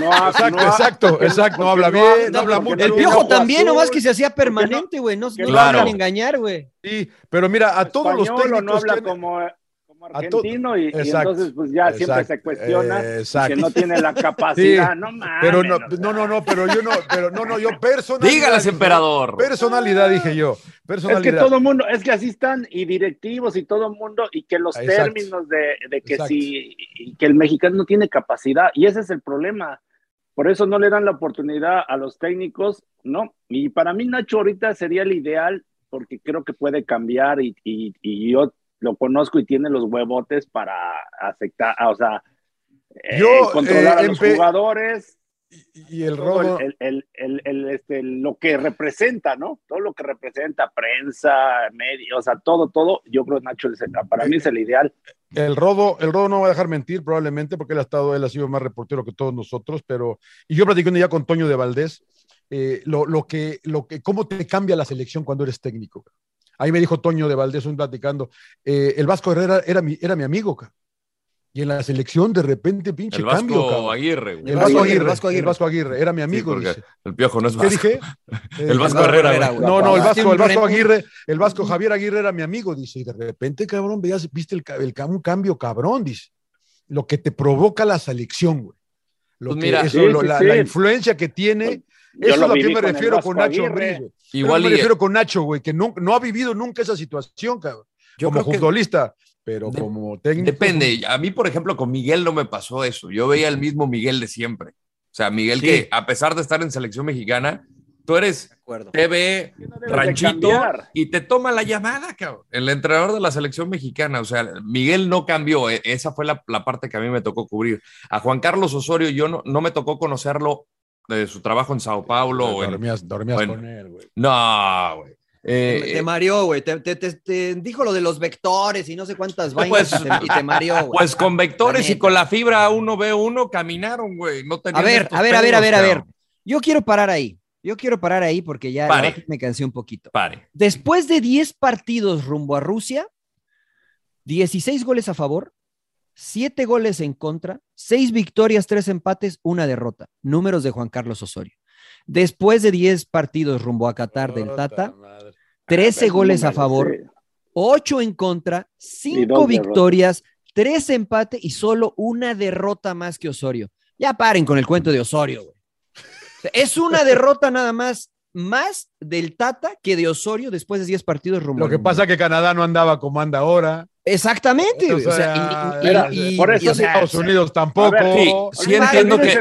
Exacto, no habla bien, no habla mucho. El Piojo también, nomás que se hacía permanente, güey, no se van a engañar, güey. Sí, pero mira, a todos los técnicos no habla como argentino y entonces pues ya siempre se cuestiona que no tiene la capacidad, sí, no mames. Pero yo personalidad. Dígales, emperador. Personalidad, dije yo. Personalidad. Es que todo mundo, es que así están y directivos y todo mundo y que los términos de que sí, que el mexicano no tiene capacidad y ese es el problema. Por eso no le dan la oportunidad a los técnicos, ¿no? Y para mí Nacho ahorita sería el ideal porque creo que puede cambiar y yo lo conozco y tiene los huevotes para aceptar, o sea, controlar a los jugadores y el robo, lo que representa, ¿no? Todo lo que representa, prensa, medios, o sea, todo, yo creo que Nacho para mí es el ideal. El Rodo no va a dejar mentir probablemente porque él ha sido más reportero que todos nosotros, y yo platiqué un día con Toño de Valdés, cómo te cambia la selección cuando eres técnico. Ahí me dijo Toño de Valdés, platicando, el Vasco Herrera era mi amigo, cara. Y en la selección de repente pinche el Vasco cambio, cabrón. Aguirre, güey. El Vasco Aguirre, era mi amigo. Sí, el Piojo no es Vasco. ¿Qué dije? El Vasco Herrera, güey. No, el Vasco Aguirre, el Vasco Javier Aguirre era mi amigo, dice, y de repente, cabrón, viste un cambio cabrón, dice. Lo que te provoca la selección, güey. La influencia que tiene. Eso es lo que me refiero con Nacho Ambriz, güey. Igual me refiero con Nacho, güey, que no ha vivido nunca esa situación, cabrón. Como futbolista, pero como técnico. Depende. A mí, por ejemplo, con Miguel no me pasó eso. Yo veía el mismo Miguel de siempre. O sea, Miguel que a pesar de estar en selección mexicana, tú eres TV, ranchito, y te toma la llamada, cabrón. El entrenador de la selección mexicana. O sea, Miguel no cambió. Esa fue la parte que a mí me tocó cubrir. A Juan Carlos Osorio yo no me tocó conocerlo de su trabajo en Sao Paulo. Dormías con él, güey. No, güey. Te mareó, güey. Te dijo lo de los vectores y no sé cuántas vainas y te mareó, güey. Pues con vectores y con la fibra 1V1 caminaron, güey. No tenían a ver. Yo quiero parar ahí porque ya me cansé un poquito. Pare. Después de 10 partidos rumbo a Rusia, 16 goles a favor, 7 goles en contra, 6 victorias, 3 empates, 1 derrota. Números de Juan Carlos Osorio. Después de 10 partidos rumbo a Qatar del Tata, 13 goles a favor, 8 en contra, 5 victorias, 3 empates y solo 1 derrota más que Osorio. Ya paren con el cuento de Osorio, güey. Es una derrota nada más más del Tata que de Osorio después de 10 partidos rumbo. Lo que pasa es que Canadá no andaba como anda ahora. Exactamente. O sea, Por eso Estados Unidos tampoco. Ver, sí entiendo que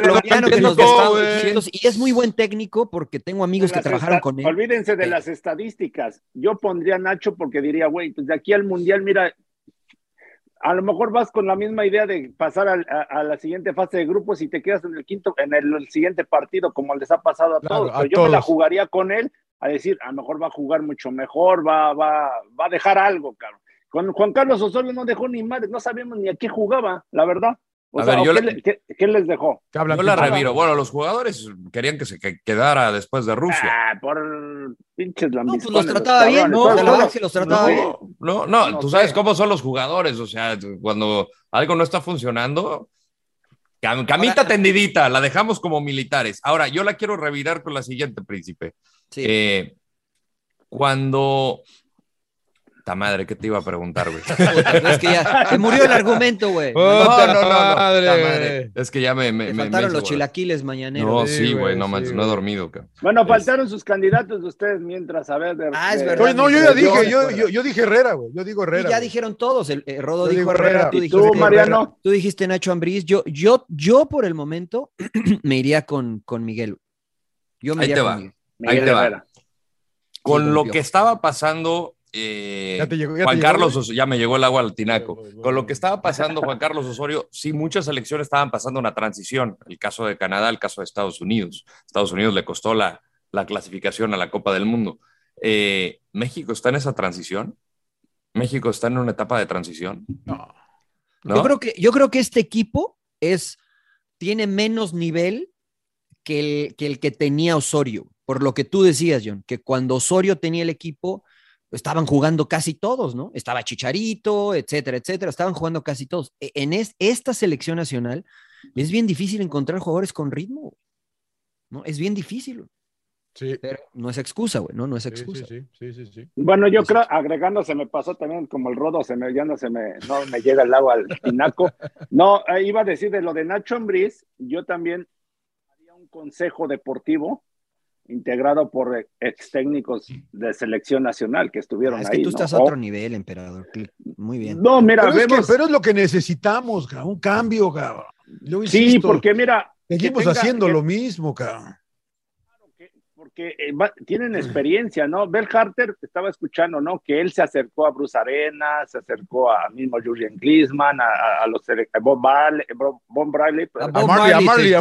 y es muy buen técnico porque tengo amigos que trabajaron con él. Olvídense de las estadísticas. Yo pondría a Nacho porque diría, güey, pues de aquí al Mundial, mira, a lo mejor vas con la misma idea de pasar a la siguiente fase de grupos y te quedas en el siguiente partido, como les ha pasado a todos. Pero yo me la jugaría con él a decir, a lo mejor va a jugar mucho mejor, va a dejar algo, cabrón. Con Juan Carlos Osorio no dejó ni madre, no sabíamos ni a qué jugaba, la verdad. ¿Qué les dejó? Yo la reviro. Bueno, los jugadores querían que se quedara después de Rusia. Por pinches lambiscones. No, pues los trataba bien, No, tú sabes cómo son los jugadores, o sea, cuando algo no está funcionando, camita tendidita, la dejamos como militares. Ahora, yo la quiero revirar con la siguiente, Príncipe. Sí. Cuando... ¡Ta madre! ¿Qué te iba a preguntar, güey? Es que ya se murió el argumento, güey. Madre. Es que ya me faltaron los chilaquiles mañaneros. No, sí, güey, no manches, no he dormido, cabrón. Bueno, faltaron sus candidatos de ustedes mientras, a ver. Es verdad. No, yo ya dije, yo dije Herrera, güey. Yo digo Herrera. Y ya dijeron todos. Rodo dijo Herrera. Tú, Mariano. Tú dijiste Nacho Ambriz. Yo por el momento me iría con Miguel. Yo me iría con Miguel. Ahí te va. Con lo que estaba pasando... Juan Carlos, ya me llegó el agua al tinaco. Con lo que estaba pasando Juan Carlos Osorio, sí, muchas selecciones estaban pasando una transición. El caso de Canadá, el caso de Estados Unidos. Estados Unidos le costó la clasificación a la Copa del Mundo. ¿México está en esa transición? ¿México está en una etapa de transición? No. Yo creo que este equipo tiene menos nivel que el que tenía Osorio. Por lo que tú decías, John, que cuando Osorio tenía el equipo estaban jugando casi todos, ¿no? Estaba Chicharito, etcétera, etcétera, estaban jugando casi todos. En esta selección nacional es bien difícil encontrar jugadores con ritmo, ¿no? Es bien difícil. Sí. Pero no es excusa, güey, ¿no? No es excusa. Sí. Bueno, yo creo, agregando, se me pasó también como el Rodo, no me llega el agua al tinaco. No, iba a decir de lo de Nacho Ambriz, yo también haría un consejo deportivo integrado por ex técnicos de selección nacional que estuvieron ahí. Es que tú estás a otro nivel, emperador. Muy bien. No, mira, pero es lo que necesitamos, cabrón, un cambio, cabrón. Sí, porque mira, seguimos haciendo lo mismo, cabrón. Porque tienen experiencia, ¿no? Bel Harter estaba escuchando, ¿no? Que él se acercó a Bruce Arenas, se acercó a mismo Julian Klinsmann, a los Bob Bradley, a Marley,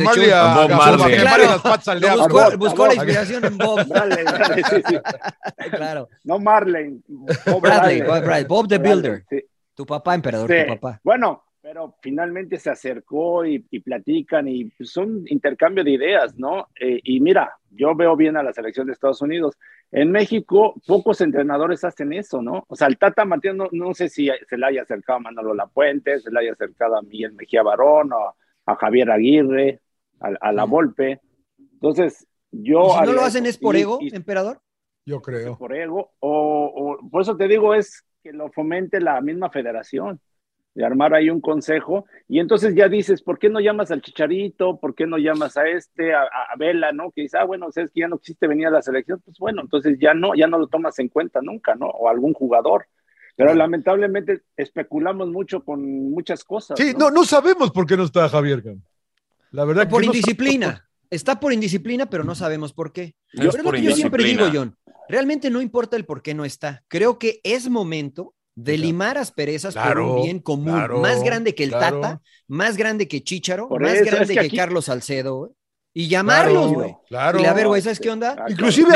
buscó la inspiración en Bob. Sí. Claro. No Marley, Bob the Builder. Sí. Tu papá, emperador, tu papá. Bueno, pero finalmente se acercó y platican y son intercambio de ideas, ¿no? Y mira, yo veo bien a la selección de Estados Unidos. En México, pocos entrenadores hacen eso, ¿no? O sea, el Tata Martino, no sé si se le haya acercado a Manolo Lapuente, se le haya acercado a Miguel Mejía Barón, o a Javier Aguirre, a la Volpe. Entonces, yo... ¿Y si no lo hacen es por ego, emperador? Yo creo. Por ego, o por eso te digo, es que lo fomente la misma federación, de armar ahí un consejo, y entonces ya dices, ¿por qué no llamas al Chicharito? ¿Por qué no llamas a Vela, ¿no? Que dice, bueno, sabes que ya no existe venir a la selección, pues bueno, entonces ya no lo tomas en cuenta nunca, ¿no? O algún jugador. Pero lamentablemente especulamos mucho con muchas cosas. Sí, no sabemos por qué no está Javier, la verdad. Por indisciplina. Está por indisciplina, pero no sabemos por qué. Pero es lo que yo siempre digo, John. Realmente no importa el por qué no está. Creo que es momento de limar asperezas por un bien común, más grande que el Tata, más grande que Chícharo, más grande que Carlos Salcedo, güey. Y llamarlos, güey. Claro. Y a ver, güey, ¿sabes qué onda? Inclusive a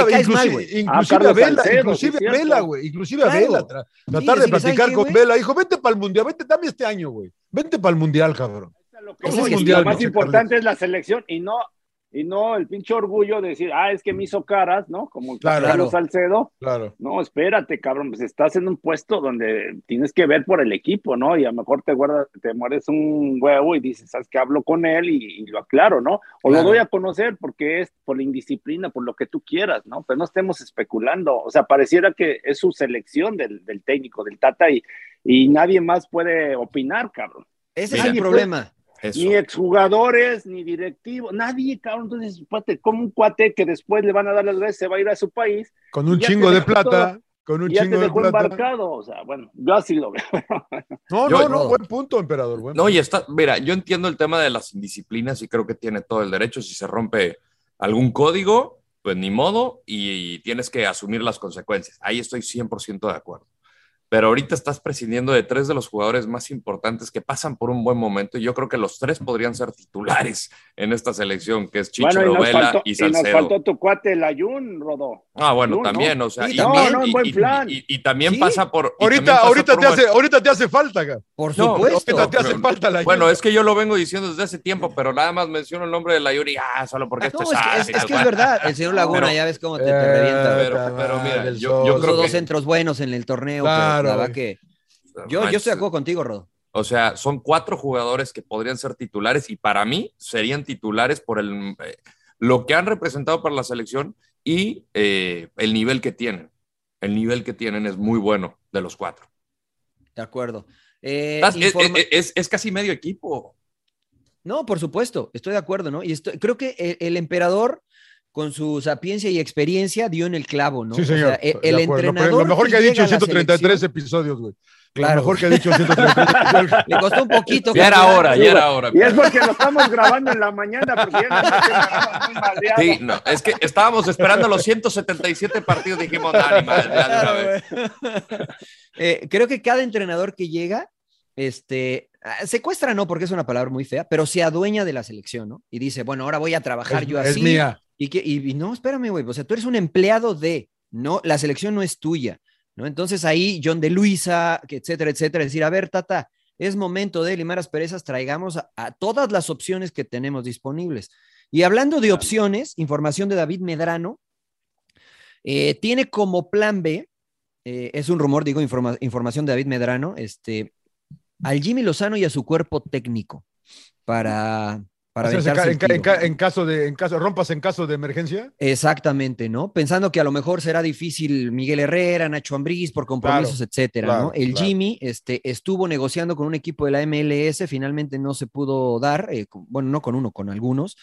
Vela, güey. Inclusive a Vela. Tratar de platicar con Vela. Dijo, vente para el Mundial, dame este año, güey. Vente para el Mundial, cabrón. Lo más importante es la selección y no el pinche orgullo de decir, es que me hizo caras, ¿no? Como Carlos Salcedo. Claro. No, espérate, cabrón, pues estás en un puesto donde tienes que ver por el equipo, ¿no? Y a lo mejor te mueres un huevo y dices, ¿sabes qué? Hablo con él y lo aclaro, ¿no? O lo doy a conocer porque es por la indisciplina, por lo que tú quieras, ¿no? Pero no estemos especulando. O sea, pareciera que es su selección del técnico, del Tata, y nadie más puede opinar, cabrón. Ese es el problema. Eso. Ni exjugadores, ni directivos, nadie, cabrón. Entonces, como un cuate que después le van a dar las gracias, se va a ir a su país. Con un chingo de plata. Con un ya chingo te dejó de plata. embarcado. O sea, bueno, yo así lo veo. No, buen punto, emperador. Y mira, yo entiendo el tema de las indisciplinas y creo que tiene todo el derecho. Si se rompe algún código, pues ni modo, y tienes que asumir las consecuencias. Ahí estoy 100% de acuerdo. Pero ahorita estás prescindiendo de 3 de los jugadores más importantes que pasan por un buen momento, y yo creo que los 3 podrían ser titulares en esta selección, que es Chicharo, Vela y Salcedo. Y nos faltó tu cuate, el Ayun, Rodó. Bueno, Ayun, también, ¿no? O sea, y también pasa por... Ahorita te hace falta, acá. Por supuesto. Ahorita te hace falta la Ayun. Bueno, es que yo lo vengo diciendo desde hace tiempo, pero nada más menciono el nombre del Ayun y solo porque es que es verdad, el señor Laguna, ya ves cómo te revienta. Pero mira, yo creo que... 2 centros buenos en el torneo, claro, la verdad que... Yo estoy de acuerdo contigo, Rodo. O sea, son 4 jugadores que podrían ser titulares y para mí serían titulares por lo que han representado para la selección y el nivel que tienen. El nivel que tienen es muy bueno de los 4. De acuerdo. Es casi medio equipo. No, por supuesto, estoy de acuerdo, ¿no? Y creo que el emperador, con su sapiencia y experiencia, dio en el clavo, ¿no? Sí, señor. O sea, el entrenador. Lo mejor que ha dicho en 133 episodios, güey. Claro. Lo mejor que ha dicho en 133. Le costó un poquito. Ya era hora. Y es porque lo estamos grabando en la mañana, porque ya no muy madreado. Sí, no, es que estábamos esperando los 177 partidos, dijimos, animal, ya de una vez. Creo que cada entrenador que llega, secuestra no, porque es una palabra muy fea, pero se adueña de la selección, ¿no? Y dice, bueno, ahora voy a trabajar yo así. Es mía. Y no, espérame, güey, o sea, tú eres un empleado no, la selección no es tuya, ¿no? Entonces ahí John de Luisa, etcétera, decir, a ver, Tata, es momento de limar asperezas, traigamos a todas las opciones que tenemos disponibles. Y hablando de opciones, información de David Medrano, tiene como plan B, es un rumor, digo, información de David Medrano, al Jimmy Lozano y a su cuerpo técnico para en caso de emergencia. Exactamente, ¿no? Pensando que a lo mejor será difícil Miguel Herrera, Nacho Ambriz por compromisos, etcétera, ¿no? El Jimmy estuvo negociando con un equipo de la MLS, finalmente no se pudo dar, bueno, no con uno, con algunos,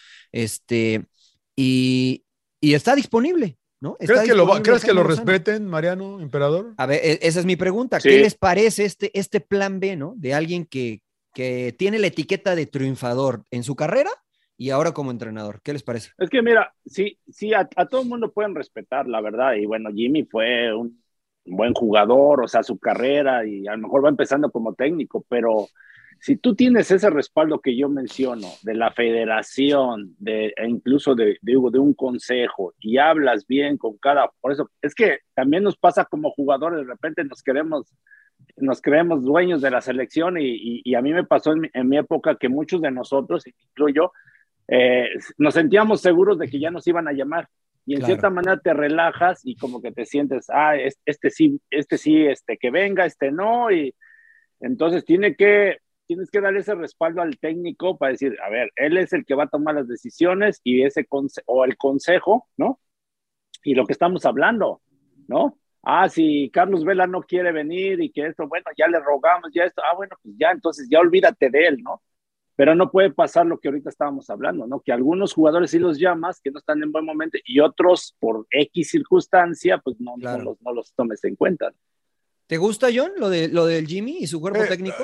y está disponible, ¿no? ¿Crees que lo respeten, Mariano, emperador? A ver, esa es mi pregunta. Sí. ¿Qué les parece este plan B, ¿no? De alguien que tiene la etiqueta de triunfador en su carrera y ahora como entrenador. ¿Qué les parece? Es que mira, sí, a todo el mundo pueden respetar, la verdad, y bueno, Jimmy fue un buen jugador, o sea, su carrera, y a lo mejor va empezando como técnico, pero si tú tienes ese respaldo que yo menciono, de la federación, e incluso de un consejo, y hablas bien con por eso, es que también nos pasa como jugadores, de repente nos creemos dueños de la selección y a mí me pasó en mi época que muchos de nosotros, incluyo, nos sentíamos seguros de que ya nos iban a llamar y en cierta manera te relajas y como que te sientes, este sí, que venga, no, y entonces tienes que darle ese respaldo al técnico para decir, a ver, él es el que va a tomar las decisiones y o el consejo, ¿no? Y lo que estamos hablando, ¿no? Si Carlos Vela no quiere venir y que esto, bueno, ya le rogamos, ya esto, bueno, pues ya, entonces ya olvídate de él, ¿no? Pero no puede pasar lo que ahorita estábamos hablando, ¿no? Que algunos jugadores sí los llamas, que no están en buen momento, y otros, por X circunstancia, pues no los tomes en cuenta. ¿Te gusta, John, lo del Jimmy y su cuerpo técnico?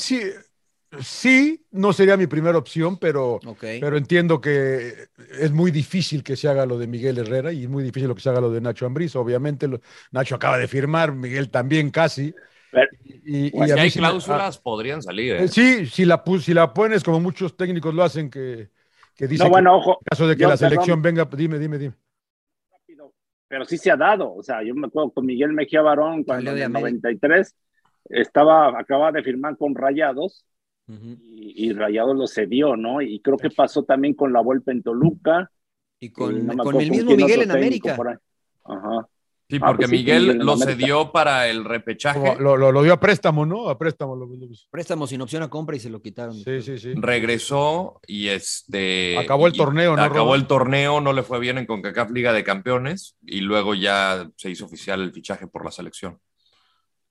Sí, no sería mi primera opción, pero entiendo que es muy difícil que se haga lo de Miguel Herrera y es muy difícil lo que se haga lo de Nacho Ambriz. Obviamente, Nacho acaba de firmar, Miguel también casi. Y si hay cláusulas, podrían salir. Sí, si la pones como muchos técnicos lo hacen, que dicen ojo, en caso de que la selección venga, dime. Pero sí se ha dado, o sea, yo me acuerdo con Miguel Mejía Barón cuando en el 93 acababa de firmar con Rayados. Y Rayados lo cedió, ¿no? Y creo que pasó también con la Volpe en Toluca. Y con el mismo Miguel en América. Ajá. Sí, porque Miguel lo cedió para el repechaje. Lo dio a préstamo, ¿no? A préstamo. Préstamo sin opción a compra y se lo quitaron. Sí. Regresó y acabó el torneo, ¿no? Acabó el torneo, no le fue bien en CONCACAF Liga de Campeones y luego ya se hizo oficial el fichaje por la selección.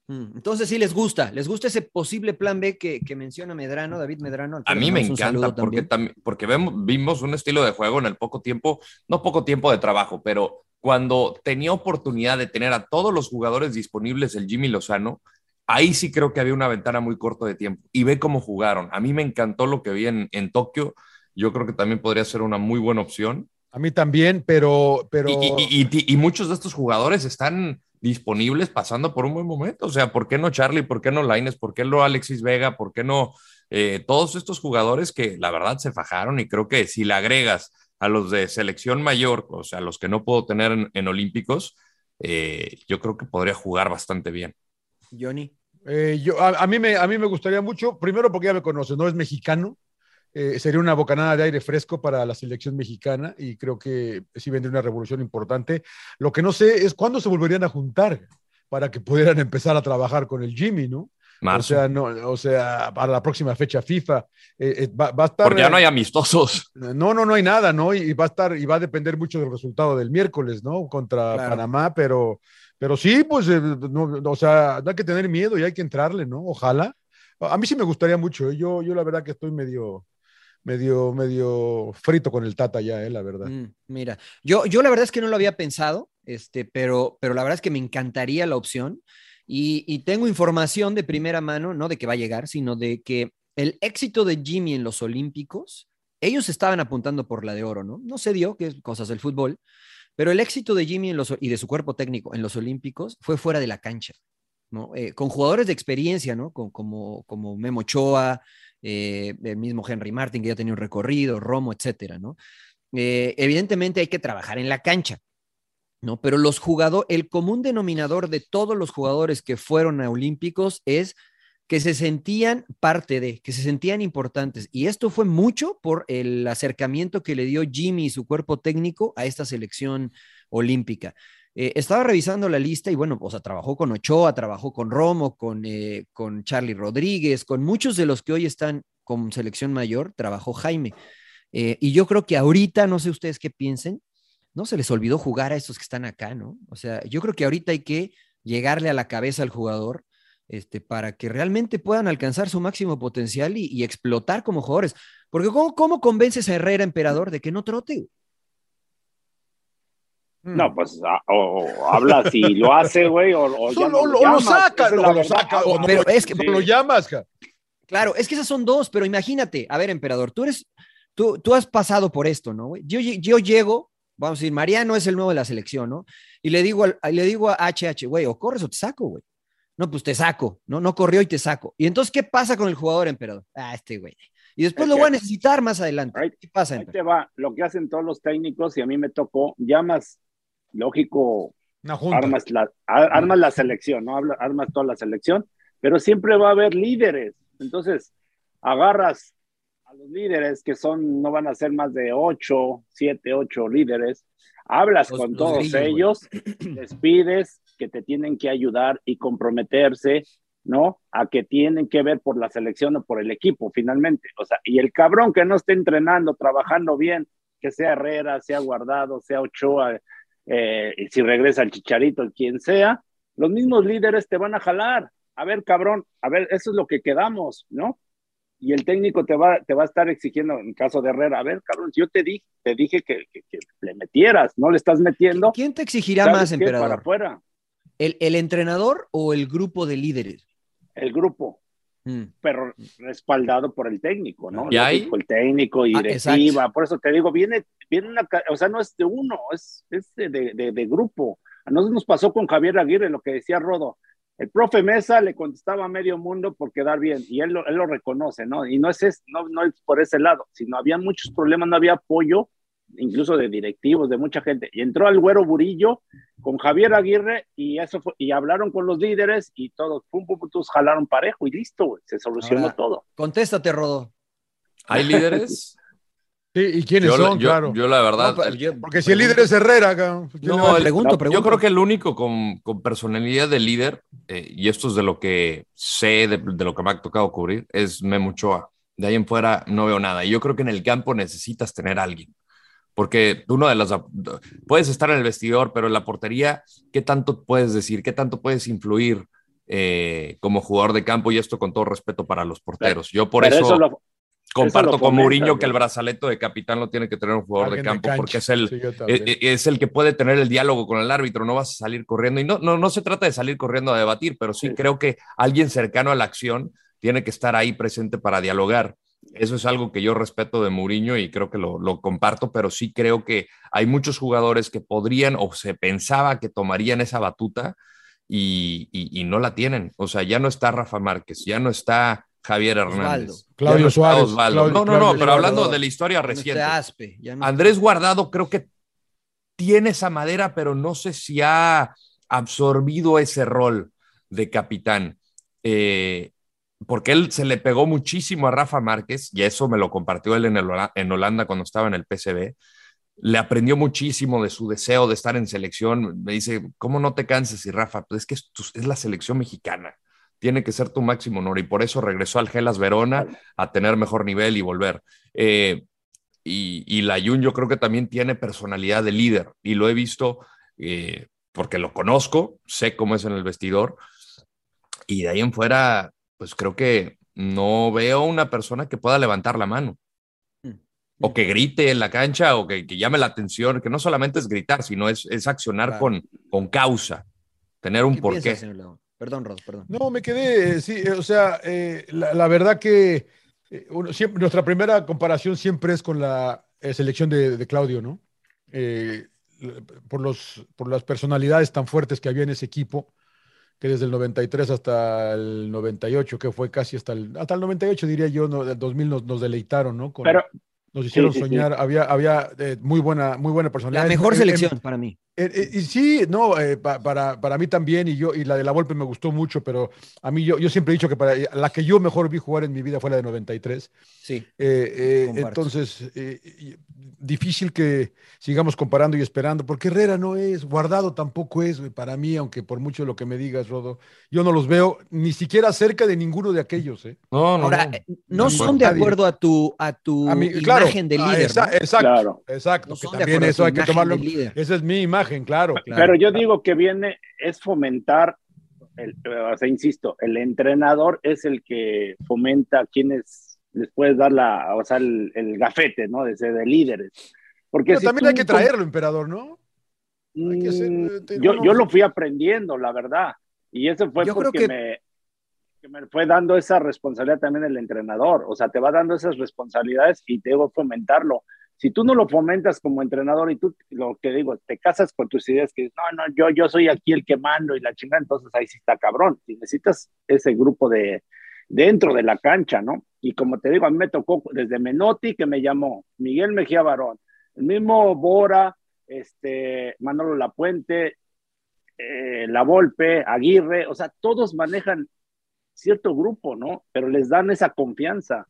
Entonces sí les gusta ese posible plan B que menciona Medrano, David Medrano. A mí me encanta porque vimos un estilo de juego en el no poco tiempo de trabajo, pero cuando tenía oportunidad de tener a todos los jugadores disponibles el Jimmy Lozano, ahí sí creo que había una ventana muy corta de tiempo. Y ve cómo jugaron. A mí me encantó lo que vi en Tokio. Yo creo que también podría ser una muy buena opción. A mí también, pero... Y muchos de estos jugadores están disponibles pasando por un buen momento. O sea, ¿por qué no Charlie? ¿Por qué no Lainez? ¿Por qué no Alexis Vega? ¿Por qué no todos estos jugadores que la verdad se fajaron? Y creo que si le agregas a los de selección mayor, o sea, los que no puedo tener en Olímpicos, yo creo que podría jugar bastante bien. Johnny. A mí me gustaría mucho, primero porque ya me conoce, no es mexicano. Sería una bocanada de aire fresco para la selección mexicana y creo que sí vendría una revolución importante. Lo que no sé es cuándo se volverían a juntar para que pudieran empezar a trabajar con el Jimmy, ¿no? Marzo. O sea, para la próxima fecha FIFA va a estar. Porque ya no hay amistosos. No hay nada, ¿no? Y va a depender mucho del resultado del miércoles, ¿no? Contra Panamá, pero sí, pues, o sea, no hay que tener miedo y hay que entrarle, ¿no? Ojalá. A mí sí me gustaría mucho, ¿eh? Yo la verdad que estoy medio frito con el Tata ya, la verdad. Mira, yo la verdad es que no lo había pensado, pero la verdad es que me encantaría la opción y tengo información de primera mano, no de que va a llegar, sino de que el éxito de Jimmy en los Olímpicos, ellos estaban apuntando por la de oro, ¿no? No se dio, que es cosas del fútbol, pero el éxito de Jimmy y de su cuerpo técnico en los Olímpicos fue fuera de la cancha, ¿no? Con jugadores de experiencia, ¿no? Como Memo Ochoa, el mismo Henry Martin, que ya tenía un recorrido, Romo, etcétera, ¿no? Evidentemente hay que trabajar en la cancha, ¿no? Pero el común denominador de todos los jugadores que fueron a Olímpicos es que se sentían que se sentían importantes. Y esto fue mucho por el acercamiento que le dio Jimmy y su cuerpo técnico a esta selección olímpica. Estaba revisando la lista y bueno, o sea, trabajó con Ochoa, trabajó con Romo, con Charlie Rodríguez, con muchos de los que hoy están con selección mayor, trabajó Jaime. Y yo creo que ahorita, no sé ustedes qué piensen, no se les olvidó jugar a estos que están acá, ¿no? O sea, yo creo que ahorita hay que llegarle a la cabeza al jugador para que realmente puedan alcanzar su máximo potencial y explotar como jugadores. Porque ¿cómo convences a Herrera, Emperador, de que no trote? No, pues o habla si lo hace, güey, o lo saca, o no, pero es que lo llamas. Claro, es que esas son dos, pero imagínate, a ver, Emperador, tú has pasado por esto, ¿no, güey? Yo llego, vamos a decir, Mariano es el nuevo de la selección, ¿no? Y le digo a HH, güey, o corres o te saco, güey. No, pues te saco, no corrió y te saco. Y entonces, ¿qué pasa con el jugador, Emperador? Güey. Y después lo voy a necesitar más adelante. ¿Qué pasa, Emperador? Ahí te va, lo que hacen todos los técnicos, y a mí me tocó, llamas, lógico, armas la selección, ¿no? Armas toda la selección, pero siempre va a haber líderes. Entonces, agarras a los líderes que no van a ser más de 7, 8 líderes, hablas con todos ellos, les pides que te tienen que ayudar y comprometerse, ¿no? A que tienen que ver por la selección o por el equipo, finalmente. O sea, y el cabrón que no esté entrenando, trabajando bien, que sea Herrera, sea Guardado, sea Ochoa, si regresa el Chicharito, quien sea, los mismos líderes te van a jalar. A ver, cabrón, eso es lo que quedamos, ¿no? Y el técnico te va a estar exigiendo, en caso de Herrera, a ver, cabrón, yo te dije que le metieras, no le estás metiendo. ¿Quién te exigirá más, Emperador? Para afuera. ¿El entrenador o el grupo de líderes? El grupo, pero respaldado por el técnico, ¿no? ¿Y ahí? El técnico y directiva, por eso te digo, viene una, o sea, no es de uno, es de grupo. A nosotros nos pasó con Javier Aguirre, lo que decía Rodo. El profe Mesa le contestaba a medio mundo por quedar bien, y él lo reconoce, ¿no? Y no es por ese lado, sino había muchos problemas, no había apoyo, incluso de directivos, de mucha gente. Y entró el Güero Burillo con Javier Aguirre, y eso fue, y hablaron con los líderes, y todos, todos jalaron parejo, y listo, güey, se solucionó todo. Contéstate, Rodo. ¿Hay líderes? Sí, ¿y quiénes son? Claro. Yo la verdad... porque si el líder es Herrera... Pregunto. Yo creo que el único con personalidad de líder, y esto es de lo que sé, de lo que me ha tocado cubrir, es Memo Ochoa. De ahí en fuera no veo nada. Y yo creo que en el campo necesitas tener a alguien. Porque puedes estar en el vestidor, pero en la portería, ¿qué tanto puedes decir? ¿Qué tanto puedes influir? como jugador de campo, y esto con todo respeto para los porteros. Yo por Pero eso comparto lo con fomenta, Mourinho que güey. el brazalete de capitán lo tiene que tener un jugador de Alguien de campo, cancha. porque Sí, yo también. es el que puede tener el diálogo con el árbitro, no vas a salir corriendo, y no se trata de salir corriendo a debatir, pero sí creo que alguien cercano a la acción tiene que estar ahí presente para dialogar. Eso es algo que yo respeto de Mourinho y creo que lo comparto, pero sí creo que hay muchos jugadores que podrían o se pensaba que tomarían esa batuta y no la tienen. O sea, ya no está Rafa Márquez, ya no está Javier Hernández. Osvaldo. Claudio ya no está Suárez. Osvaldo. No, Claudio pero hablando Suárez. de la historia Ya no reciente. está Aspe, ya no Andrés Guardado creo que tiene esa madera, pero no sé si ha absorbido ese rol de capitán. Porque él se le pegó muchísimo a Rafa Márquez, y eso me lo compartió él en Holanda cuando estaba en el PSV. Le aprendió muchísimo de su deseo de estar en selección. Me dice, ¿cómo no te canses? Y Rafa, pues es que es la selección mexicana. Tiene que ser tu máximo honor, y por eso regresó al Hellas Verona a tener mejor nivel y volver. Y Layún yo creo que también tiene personalidad de líder, y lo he visto porque lo conozco, sé cómo es en el vestidor, y de ahí en fuera, pues creo que no veo una persona que pueda levantar la mano, o que grite en la cancha, o que llame la atención, que no solamente es gritar, sino es accionar con causa, tener un porqué. piensas, señor León? Perdón, Ros, perdón. No, me quedé, sí, o sea, la verdad que nuestra primera comparación siempre es con la selección de Claudio, ¿no? Por las personalidades tan fuertes que había en ese equipo, que desde el 93 hasta el 98, que fue casi hasta el 98, diría yo, ¿no? Del 2000 nos deleitaron, ¿no? Nos hicieron soñar, sí. Había muy buena personalidad. La mejor selección para mí. Y sí, no, para mí también, y la de la Volpe me gustó mucho, pero a mí yo siempre he dicho que la que yo mejor vi jugar en mi vida fue la de 93. Sí. Entonces, difícil que sigamos comparando y esperando, porque Herrera no es, Guardado tampoco es, para mí, aunque por mucho lo que me digas, Rodo, yo no los veo ni siquiera cerca de ninguno de aquellos. Ahora, no son de acuerdo a tu imagen de líder. Exacto. No que también eso hay que tomarlo. Esa es mi imagen, claro. Pero yo digo que es fomentar, o sea, insisto, el entrenador es el que fomenta a quienes les puedes dar el gafete, ¿no? De líderes. Porque pero también hay que traerlo, emperador, ¿no? Hay que yo lo fui aprendiendo, la verdad. Y eso fue porque me fue dando esa responsabilidad también el entrenador. O sea, te va dando esas responsabilidades y te debo fomentarlo. Si tú no lo fomentas como entrenador y tú, lo que digo, te casas con tus ideas que yo soy aquí el que mando y la chingada, entonces ahí sí está cabrón. Y necesitas ese grupo dentro de la cancha, ¿no? Y como te digo, a mí me tocó desde Menotti, que me llamó, Miguel Mejía Barón, el mismo Bora, Manolo Lapuente, La Volpe, Aguirre, o sea, todos manejan cierto grupo, ¿no? Pero les dan esa confianza.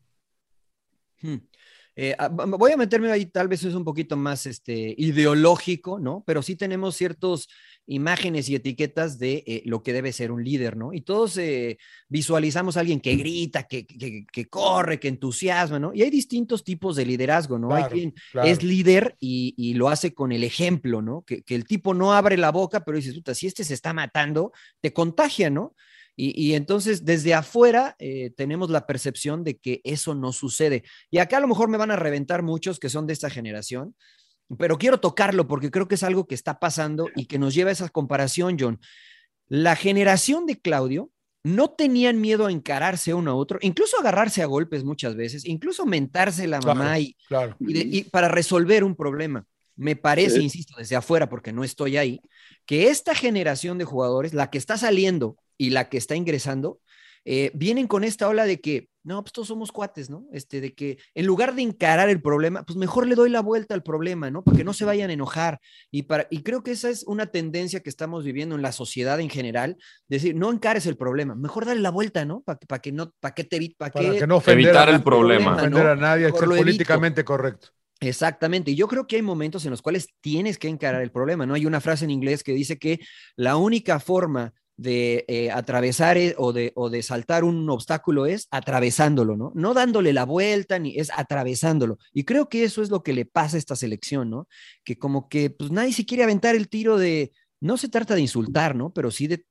Voy a meterme ahí, tal vez es un poquito más ideológico, ¿no? Pero sí tenemos ciertas imágenes y etiquetas de lo que debe ser un líder, ¿no? Y todos visualizamos a alguien que grita, que corre, que entusiasma, ¿no? Y hay distintos tipos de liderazgo, ¿no? Claro, hay quien claro. es líder y lo hace con el ejemplo, ¿no? Que el tipo no abre la boca, pero dices, puta, si se está matando, te contagia, ¿no? Y entonces desde afuera tenemos la percepción de que eso no sucede. Y acá a lo mejor me van a reventar muchos que son de esta generación, pero quiero tocarlo porque creo que es algo que está pasando y que nos lleva a esa comparación, John. La generación de Claudio no tenían miedo a encararse uno a otro, incluso agarrarse a golpes muchas veces, incluso mentarse la mamá y para resolver un problema. Me parece, insisto, desde afuera, porque no estoy ahí, que esta generación de jugadores, la que está saliendo y la que está ingresando, vienen con esta ola de que, no, pues todos somos cuates, ¿no? De que en lugar de encarar el problema, pues mejor le doy la vuelta al problema, ¿no? Para que no se vayan a enojar. Y creo que esa es una tendencia que estamos viviendo en la sociedad en general, decir, no encares el problema, mejor dale la vuelta, ¿no? Para que no evitar el problema. No ofender a nadie, ser políticamente correcto. Exactamente, y yo creo que hay momentos en los cuales tienes que encarar el problema, ¿no? Hay una frase en inglés que dice que la única forma de atravesar o de saltar un obstáculo es atravesándolo, ¿no? No dándole la vuelta, ni es atravesándolo. Y creo que eso es lo que le pasa a esta selección, ¿no? Que como que pues nadie se quiere aventar el tiro no se trata de insultar, ¿no? Pero sí de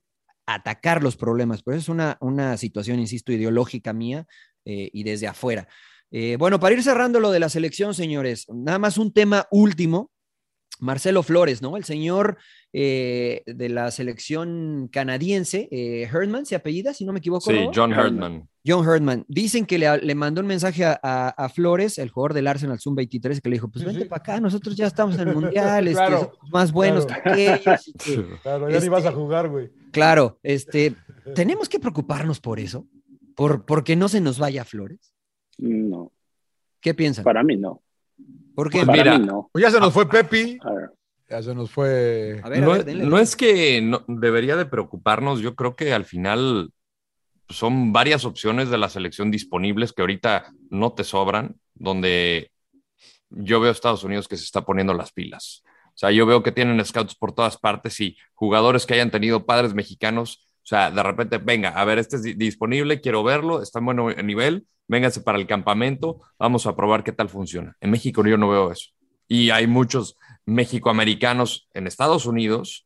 atacar los problemas, pero es una situación, insisto, ideológica mía y desde afuera. Bueno, para ir cerrando lo de la selección, señores, nada más un tema último. Marcelo Flores, ¿no? El señor de la selección canadiense, Herdman, ¿se apellida, si no me equivoco? Sí, ¿no? John Herdman. John Herdman. Dicen que le mandó un mensaje a Flores, el jugador del Arsenal Sub-23, que le dijo, pues vente para acá, nosotros ya estamos en el Mundial, Claro, somos más buenos que aquellos. Claro, ya ni vas a jugar, güey. Claro, ¿tenemos que preocuparnos por eso? ¿Porque no se nos vaya Flores? No. ¿Qué piensan? Para mí no. ¿Por qué? Para Mira, mí no. Pues ya se nos fue Pepi, A ver. ya se nos fue... A ver, No es que no debería de preocuparnos, yo creo que al final son varias opciones de la selección disponibles que ahorita no te sobran, donde yo veo a Estados Unidos que se está poniendo las pilas. O sea, yo veo que tienen scouts por todas partes y jugadores que hayan tenido padres mexicanos. O sea, de repente, venga, a ver, este es disponible, quiero verlo, está en buen nivel, véngase para el campamento, vamos a probar qué tal funciona. En México yo no veo eso. Y hay muchos mexicoamericanos en Estados Unidos,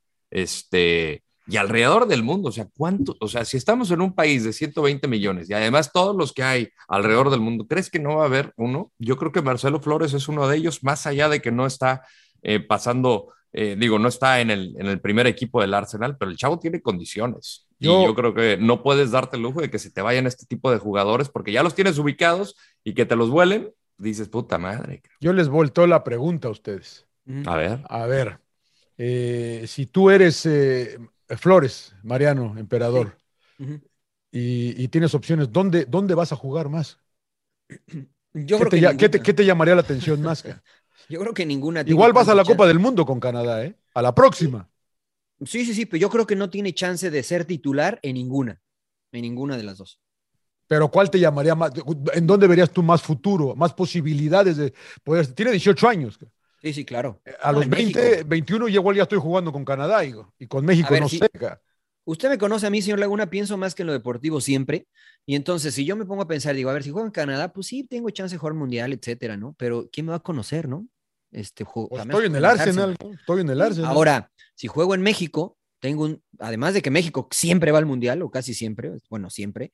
y alrededor del mundo. O sea, si estamos en un país de 120 millones y además todos los que hay alrededor del mundo, ¿crees que no va a haber uno? Yo creo que Marcelo Flores es uno de ellos, más allá de que no está pasando, no está en el primer equipo del Arsenal, pero el chavo tiene condiciones. Y yo creo que no puedes darte el lujo de que se te vayan este tipo de jugadores porque ya los tienes ubicados y que te los vuelen, dices, puta madre. Yo les volteo la pregunta a ustedes. A ver, si tú eres Flores, Mariano, Emperador, sí. y tienes opciones, ¿dónde vas a jugar más? Yo creo que ¿Qué te llamaría la atención más? Yo creo que ninguna. Igual vas a la Copa del Mundo con Canadá, ¿eh? A la próxima. Sí, pero yo creo que no tiene chance de ser titular en ninguna de las dos. Pero ¿cuál te llamaría más? ¿En dónde verías tú más futuro, más posibilidades de poder? Tiene 18 años. Sí, claro. A los 20, México. 21 igual ya estoy jugando con Canadá y con México ver, no sé. Usted me conoce a mí, señor Laguna, pienso más que en lo deportivo siempre. Y entonces, si yo me pongo a pensar, digo, a ver, si juego en Canadá, pues sí, tengo chance de jugar mundial, etcétera, ¿no? Pero ¿quién me va a conocer, no? Pues estoy en el Arsenal, ¿no? Estoy en el Arsenal. Ahora, si juego en México, además de que México siempre va al mundial, o casi siempre, bueno, siempre,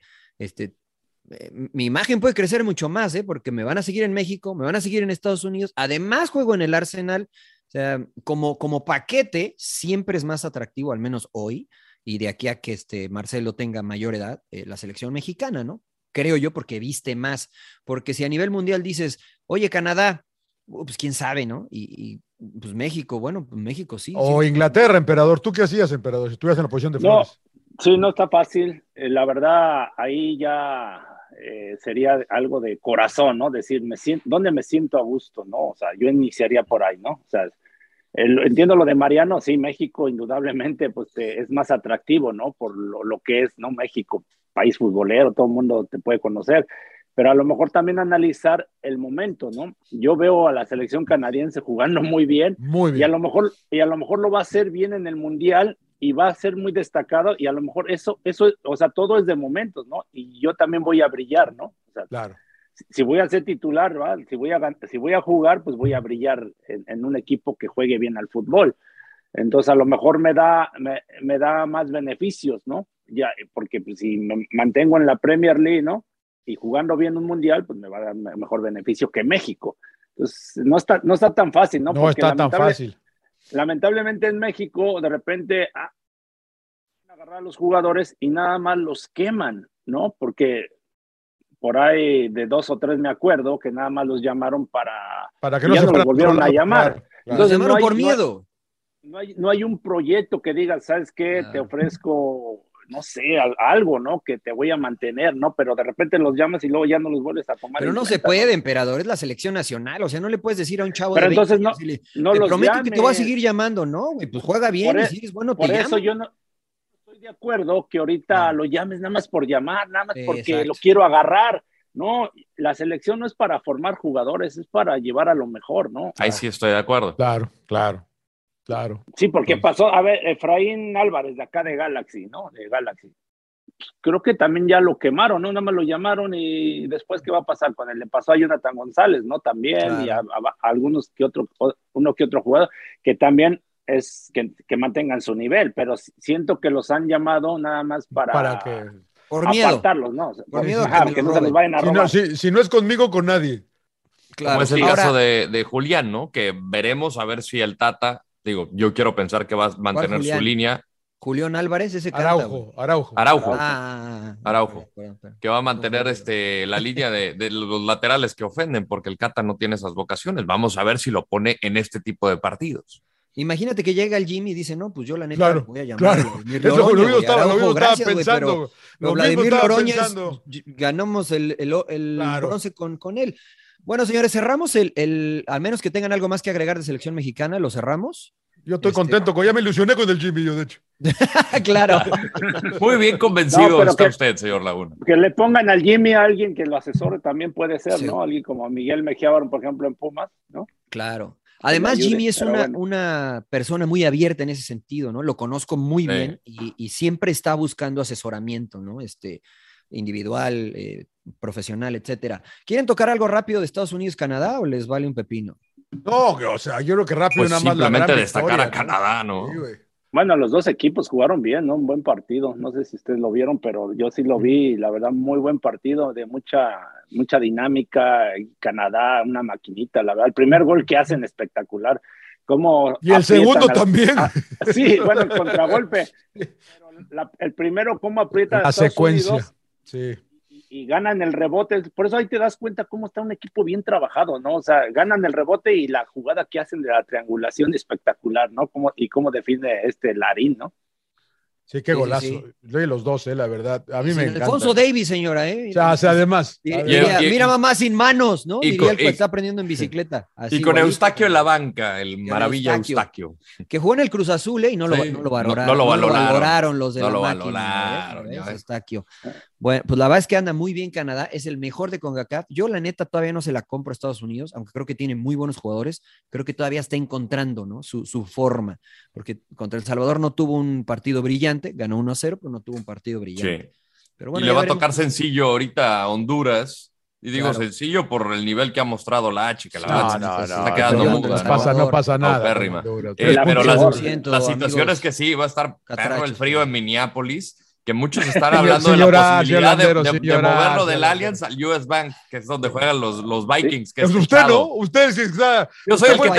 mi imagen puede crecer mucho más, porque me van a seguir en México, me van a seguir en Estados Unidos, además juego en el Arsenal, o sea, como paquete siempre es más atractivo, al menos hoy, y de aquí a que Marcelo tenga mayor edad, la selección mexicana, ¿no? Creo yo, porque viste más, porque si a nivel mundial dices, oye, Canadá, pues quién sabe, ¿no? Y pues México, bueno, pues México sí. O sí. Emperador, Emperador, ¿tú qué hacías, Emperador, si estuvieras en la posición de Flores? Sí, no está fácil, la verdad, ahí ya sería algo de corazón, ¿no? Decir, ¿dónde me siento a gusto, no? O sea, yo iniciaría por ahí, ¿no? O sea, entiendo lo de Mariano, sí, México indudablemente pues es más atractivo, ¿no? Por lo que es, ¿no? México, país futbolero, todo el mundo te puede conocer, pero a lo mejor también analizar el momento, ¿no? Yo veo a la selección canadiense jugando muy bien. Y a lo mejor lo va a hacer bien en el Mundial y va a ser muy destacado y a lo mejor eso, o sea, todo es de momentos, ¿no? Y yo también voy a brillar, ¿no? O sea, claro. Si voy a ser titular, ¿verdad? Si voy a jugar, pues voy a brillar en un equipo que juegue bien al fútbol. Entonces, a lo mejor me da más beneficios, ¿no? Ya, porque pues, si me mantengo en la Premier League, ¿no? Y jugando bien un mundial, pues me va a dar mejor beneficio que México. Entonces, no está tan fácil, ¿no? No está tan fácil. Lamentablemente en México, de repente, agarrar a los jugadores y nada más los queman, ¿no? Porque por ahí de 2 o 3 me acuerdo que nada más los llamaron para que no se los volvieron a llamar. Claro. Entonces, llamaron por miedo. No hay un proyecto que diga, ¿sabes qué? Te ofrezco, no sé, algo, ¿no? Que te voy a mantener, ¿no? Pero de repente los llamas y luego ya no los vuelves a tomar. Pero no se puede, Emperador, es la selección nacional, o sea, no le puedes decir a un chavo pero de 20 entonces años, no te los prometo llames. que te voy a seguir llamando, ¿no? Güey, pues juega bien y si eres bueno, te llamo. Por eso yo no estoy de acuerdo que ahorita lo llames nada más por llamar, nada más porque lo quiero agarrar. No, la selección no es para formar jugadores, es para llevar a lo mejor, ¿no? Ahí sí estoy de acuerdo. Claro. Sí, porque pasó, a ver, Efraín Álvarez de acá de Galaxy, ¿no? De Galaxy. Creo que también ya lo quemaron, ¿no? Nada más lo llamaron y después, ¿qué va a pasar con él? Le pasó a Jonathan González, ¿no? También, y a algunos uno que otro jugador, que también es que mantengan su nivel, pero siento que los han llamado nada más para que por miedo. Apartarlos, ¿no? Por miedo que no se los vayan a robar. Si no es conmigo, con nadie. Claro, como es el caso de Julián, ¿no? Que veremos a ver si el Tata, digo, yo quiero pensar que va a mantener su línea. Julián Álvarez, ese Araujo. Araujo. Que va a mantener la línea de los laterales que ofenden, porque el Cata no tiene esas vocaciones. Vamos a ver si lo pone en este tipo de partidos. Imagínate que llega el Jimmy y dice, no, pues yo la neta voy a llamar a Vladimir Eso Loroña, lo mismo estaba pensando. Pero Vladimir Loroña ganamos el bronce con él. Bueno, señores, cerramos al menos que tengan algo más que agregar de selección mexicana, lo cerramos. Yo estoy contento, ya me ilusioné con el Jimmy, yo de hecho. Claro. Muy bien convencido está usted, señor Laguna. Que le pongan al Jimmy a alguien que lo asesore también puede ser, ¿no? Alguien como Miguel Mejía Barón, por ejemplo, en Pumas, ¿no? Claro. Además, Jimmy es una persona muy abierta en ese sentido, ¿no? Lo conozco muy bien y siempre está buscando asesoramiento, ¿no? Individual, profesional, etcétera. ¿Quieren tocar algo rápido de Estados Unidos, Canadá o les vale un pepino? No, o sea, yo creo que rápido pues nada más simplemente destacar a Canadá, ¿no? Sí, bueno, los dos equipos jugaron bien, ¿no? Un buen partido. No sé si ustedes lo vieron, pero yo sí lo vi. La verdad, muy buen partido, de mucha dinámica. Canadá, una maquinita, la verdad. El primer gol que hacen espectacular. Y el segundo también. Sí, bueno, el contragolpe. Pero el primero, cómo aprieta la Estados secuencia. Unidos, sí. Y ganan el rebote. Por eso ahí te das cuenta cómo está un equipo bien trabajado, ¿no? O sea, ganan el rebote y la jugada que hacen de la triangulación espectacular, ¿no? Cómo define Larín, ¿no? Sí, qué golazo. Yo y los dos, la verdad. A mí me encanta. Alfonso Davis, señora, O sea, además. Mira mamá sin manos, ¿no? Diría el que está aprendiendo en bicicleta. Así, y con Eustaquio en la banca, el maravilla Eustaquio. Que jugó en el Cruz Azul, y no lo valoraron. No lo valoraron los de no la lo máquina. Valoraron, Eustaquio. Bueno, pues la verdad es que anda muy bien Canadá, es el mejor de CONCACAF. Yo la neta todavía no se la compro a Estados Unidos, aunque creo que tiene muy buenos jugadores, creo que todavía está encontrando, ¿no? su forma, porque contra El Salvador no tuvo un partido brillante, ganó 1-0, pero no tuvo un partido brillante. Sí. Pero bueno, y le va a tocar sencillo ahorita a Honduras, y digo sencillo por el nivel que ha mostrado la H, que la verdad se está quedando muda. No pasa nada. Pero la situación es que sí, va a estar perro el frío en Minneapolis, que muchos están hablando de la posibilidad de moverlo del Allianz al US Bank, que es donde juegan los Vikings. Que pues usted, ¿no? Usted sí está. Yo soy el que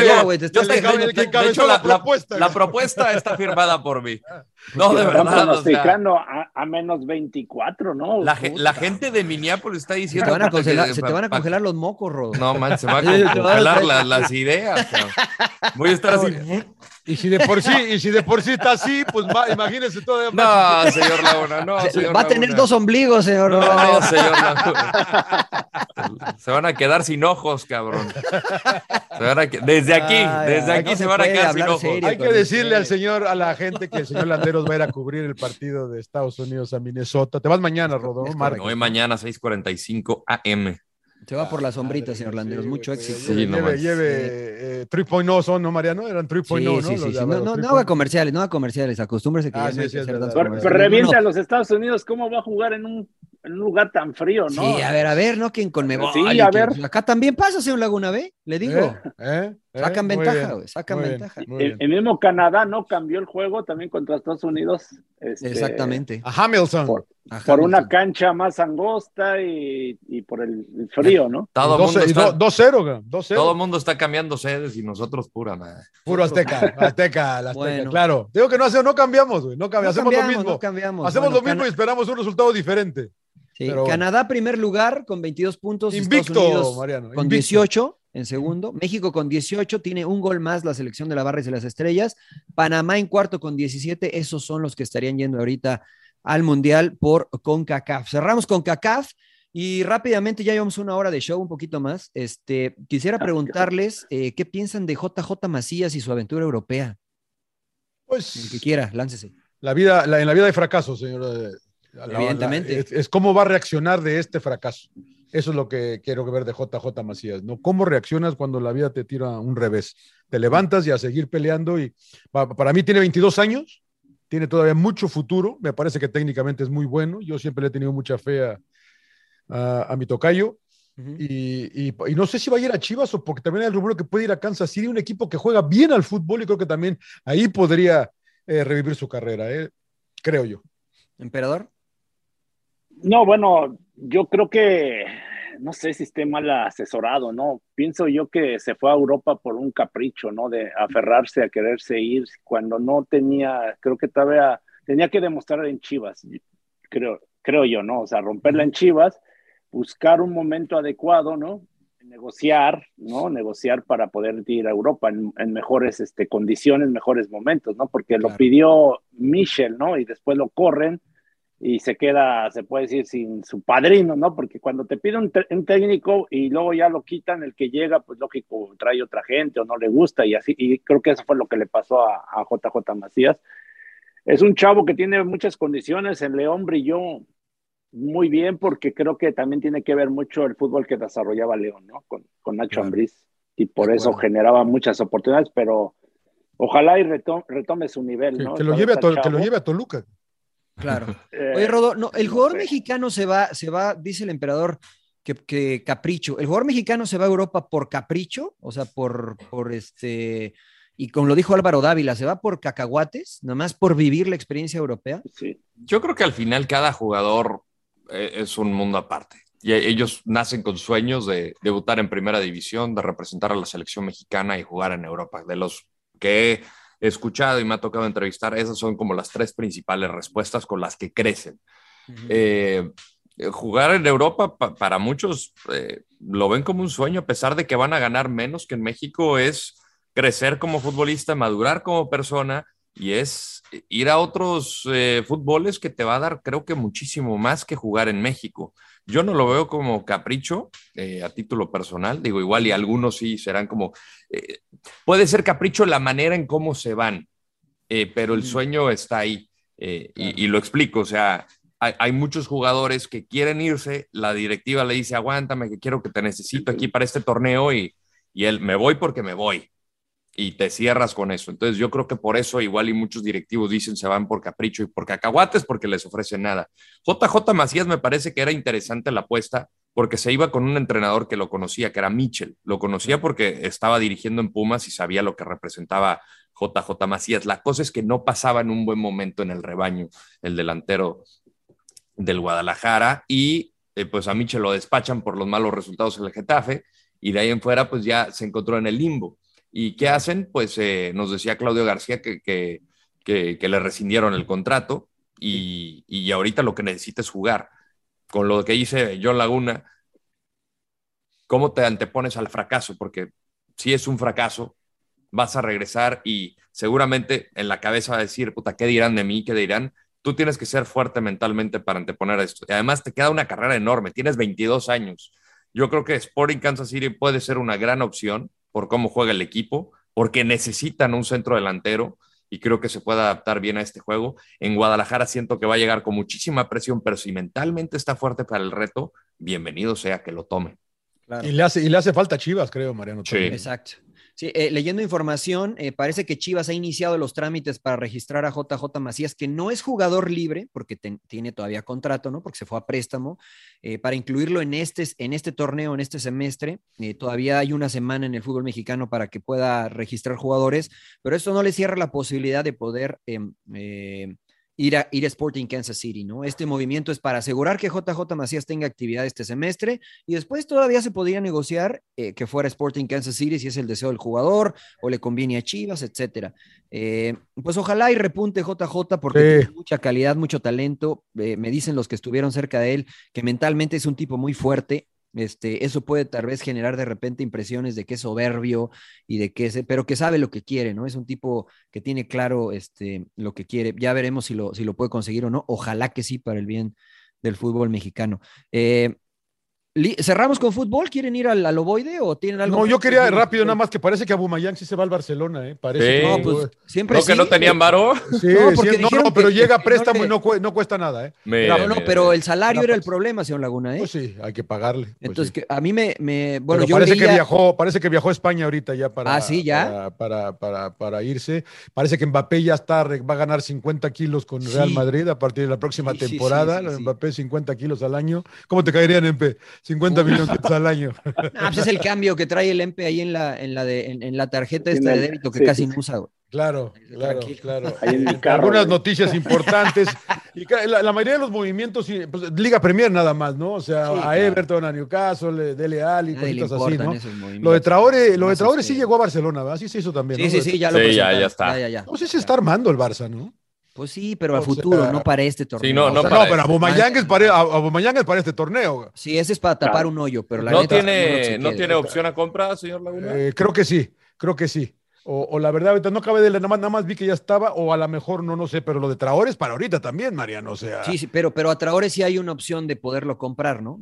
de hecho, la propuesta. La propuesta está firmada por mí. No, de verdad. Pronosticando a menos 24, ¿no? La gente de Minneapolis está diciendo. Se te van a congelar los mocos, Rodo. No, man, se van a congelar las ideas. Voy a estar así. Y si de por sí está así, pues imagínese todavía más. No, señor Laguna, no. Va a tener dos ombligos, señor. No, señor Laguna. Se van a quedar sin ojos, cabrón. Desde aquí se van a quedar sin ojos. Hay que decirle a la gente que el señor Landeros va a ir a cubrir el partido de Estados Unidos a Minnesota. Te vas mañana, Rodó. Hoy mañana, 6:45 AM. Se va por las sombritas, señor Landeros. Mucho éxito. Sí, lleve 3.0 son, ¿no, Mariano? Eran 3.0 ¿no? Sí. No haga comerciales. Acostúmbrese que pero revienta a los Estados Unidos. ¿Cómo va a jugar en un lugar tan frío, no? Sí, a ver, ¿no? ¿Quién Conmebol? Sí, a ver. Acá también pasa, señor Laguna, ¿ve? Le digo. Sacan ventaja, güey. Sacan ventaja. El mismo Canadá, ¿no? Cambió el juego también contra Estados Unidos. Exactamente. A Hamilton. Por una cancha más angosta y por el frío, ¿no? 2-0. Todo el mundo está cambiando sedes y nosotros pura madre. Puro Azteca, bueno. Claro. Digo que no cambiamos, güey. Hacemos lo mismo. Hacemos lo mismo y esperamos un resultado diferente. Sí, Canadá primer lugar con 22 puntos. Invicto, Estados Unidos Mariano. Con 18 en segundo. México con 18, tiene un gol más la selección de la Barra y de las Estrellas. Panamá en cuarto con 17. Esos son los que estarían yendo ahorita al Mundial por CONCACAF. Cerramos CONCACAF y rápidamente ya llevamos una hora de show, un poquito más. Quisiera preguntarles qué piensan de JJ Macías y su aventura europea. Pues el que quiera, láncese. En la vida hay fracasos, señor. Evidentemente. Es cómo va a reaccionar de este fracaso. Eso es lo que quiero ver de JJ Macías, ¿no? ¿Cómo reaccionas cuando la vida te tira un revés? Te levantas y a seguir peleando y para mí tiene 22 años, tiene todavía mucho futuro, me parece que técnicamente es muy bueno, yo siempre le he tenido mucha fe a mi tocayo Y no sé si va a ir a Chivas o porque también hay el rumor que puede ir a Kansas City, un equipo que juega bien al fútbol y creo que también ahí podría revivir su carrera, creo yo. ¿Emperador? No, bueno, yo creo que no sé si esté mal asesorado, ¿no? Pienso yo que se fue a Europa por un capricho, ¿no? De aferrarse a quererse ir cuando no tenía, creo que todavía tenía que demostrar en Chivas, creo yo, ¿no? O sea, romperla en Chivas, buscar un momento adecuado, ¿no? Negociar, ¿no? Negociar para poder ir a Europa en mejores condiciones, mejores momentos, ¿no? Porque lo pidió Michel, ¿no? Y después lo corren y se queda, se puede decir, sin su padrino, ¿no? Porque cuando te pide un técnico y luego ya lo quitan, el que llega, pues lógico, trae otra gente o no le gusta y así, y creo que eso fue lo que le pasó a JJ Macías. Es un chavo que tiene muchas condiciones, en León brilló muy bien porque creo que también tiene que ver mucho el fútbol que desarrollaba León, ¿no? Con Nacho Ambriz, y por eso generaba muchas oportunidades, pero ojalá y retome su nivel, ¿no? Que lo lleve a Toluca. Claro. Oye, Rodo, no, el jugador mexicano se va, dice el emperador que capricho. ¿El jugador mexicano se va a Europa por capricho? O sea, por y como lo dijo Álvaro Dávila, ¿se va por cacahuates? ¿Nomás por vivir la experiencia europea? Sí. Yo creo que al final cada jugador es un mundo aparte. Y ellos nacen con sueños de debutar en primera división, de representar a la selección mexicana y jugar en Europa. De los que he escuchado y me ha tocado entrevistar, esas son como las tres principales respuestas con las que crecen. Jugar en Europa para muchos lo ven como un sueño, a pesar de que van a ganar menos que en México. Es crecer como futbolista, madurar como persona, y es ir a otros fútboles que te va a dar, creo que muchísimo más que jugar en México. Yo no lo veo como capricho a título personal, digo, igual y algunos sí serán como, puede ser capricho la manera en cómo se van, pero el sueño está ahí, y lo explico. O sea, hay muchos jugadores que quieren irse, la directiva le dice, aguántame, que quiero, que te necesito aquí para este torneo, y él, me voy porque me voy. Y te cierras con eso. Entonces yo creo que por eso igual y muchos directivos dicen se van por capricho y por cacahuates, porque les ofrecen nada. JJ Macías me parece que era interesante la apuesta porque se iba con un entrenador que lo conocía, que era Michel. Lo conocía porque estaba dirigiendo en Pumas y sabía lo que representaba JJ Macías. La cosa es que no pasaba en un buen momento en el rebaño el delantero del Guadalajara, y pues a Michel lo despachan por los malos resultados en el Getafe, y de ahí en fuera pues ya se encontró en el limbo. ¿Y qué hacen? Pues nos decía Claudio García que le rescindieron el contrato, y ahorita lo que necesita es jugar. Con lo que dice John Laguna, ¿cómo te antepones al fracaso? Porque si es un fracaso, vas a regresar y seguramente en la cabeza va a decir, puta, ¿qué dirán de mí? ¿Qué dirán? Tú tienes que ser fuerte mentalmente para anteponer a esto. Y además te queda una carrera enorme, tienes 22 años. Yo creo que Sporting Kansas City puede ser una gran opción por cómo juega el equipo, porque necesitan un centro delantero y creo que se puede adaptar bien a este juego. En Guadalajara siento que va a llegar con muchísima presión, pero si mentalmente está fuerte para el reto, bienvenido sea que lo tome. Claro. Y le hace falta a Chivas, creo, Mariano. Sí. Exacto. Sí, leyendo información, parece que Chivas ha iniciado los trámites para registrar a JJ Macías, que no es jugador libre, porque tiene todavía contrato, ¿no? Porque se fue a préstamo, para incluirlo en este torneo, en este semestre. Todavía hay una semana en el fútbol mexicano para que pueda registrar jugadores, pero esto no le cierra la posibilidad de poder ir a Sporting Kansas City, ¿no? Este movimiento es para asegurar que JJ Macías tenga actividad este semestre, y después todavía se podría negociar que fuera Sporting Kansas City si es el deseo del jugador o le conviene a Chivas, etcétera. Pues ojalá y repunte JJ porque tiene mucha calidad, mucho talento. Me dicen los que estuvieron cerca de él que mentalmente es un tipo muy fuerte. Eso puede tal vez generar de repente impresiones de que es soberbio y de que pero que sabe lo que quiere, ¿no? Es un tipo que tiene claro lo que quiere. Ya veremos si lo puede conseguir o no. Ojalá que sí, para el bien del fútbol mexicano. ¿Cerramos con fútbol? ¿Quieren ir al ovoide o tienen algo? No, yo quería rápido, nada más, que parece que Aubameyang sí se va al Barcelona, ¿eh? Parece sí. Que, no, pues siempre ¿No sí. que no tenían varo? Sí, no, pero llega a préstamo y no cuesta nada, ¿eh? Pero el salario era el problema, señor Laguna, ¿eh? Pues sí, hay que pagarle. Pues entonces, sí. que a mí bueno, pero yo parece que viajó a España ahorita ya para, ¿sí, ya? para irse. Parece que Mbappé ya va a ganar 50 kilos con Real Madrid a partir de la próxima temporada. Sí. Mbappé 50 kilos al año. ¿Cómo te caerían, Empe? 50 millones al año. Pues es el cambio que trae el EMPE ahí en la tarjeta esta de débito que casi no usa, güey. Claro. Ahí en mi carro, algunas güey. noticias importantes. Y la mayoría de los movimientos, pues, Liga Premier nada más, ¿no? O sea, Sí, a claro. Everton, a Newcastle, Dele Alli, Nadie le cositas así, importan ¿no? esos movimientos. Lo de Traore Más, sí llegó a Barcelona, ¿verdad? Sí se hizo también, Sí, ¿no? sí, ya lo Sí, presentaron. ya está. Ya. No sé si está armando el Barça, ¿no? Pues sí, pero a O futuro, sea, no para este torneo. Sí, no, O sea, para pero este. Aubameyang es para este torneo. Sí, ese es para tapar un hoyo, pero la ¿No neta, tiene se quede. opción a compra, señor Laguna? Creo que sí. O la verdad, ahorita no cabe nada más vi que ya estaba, o a lo mejor no sé, pero lo de Traore es para ahorita también, Mariano, o sea. Sí, pero a Traore sí hay una opción de poderlo comprar, ¿no?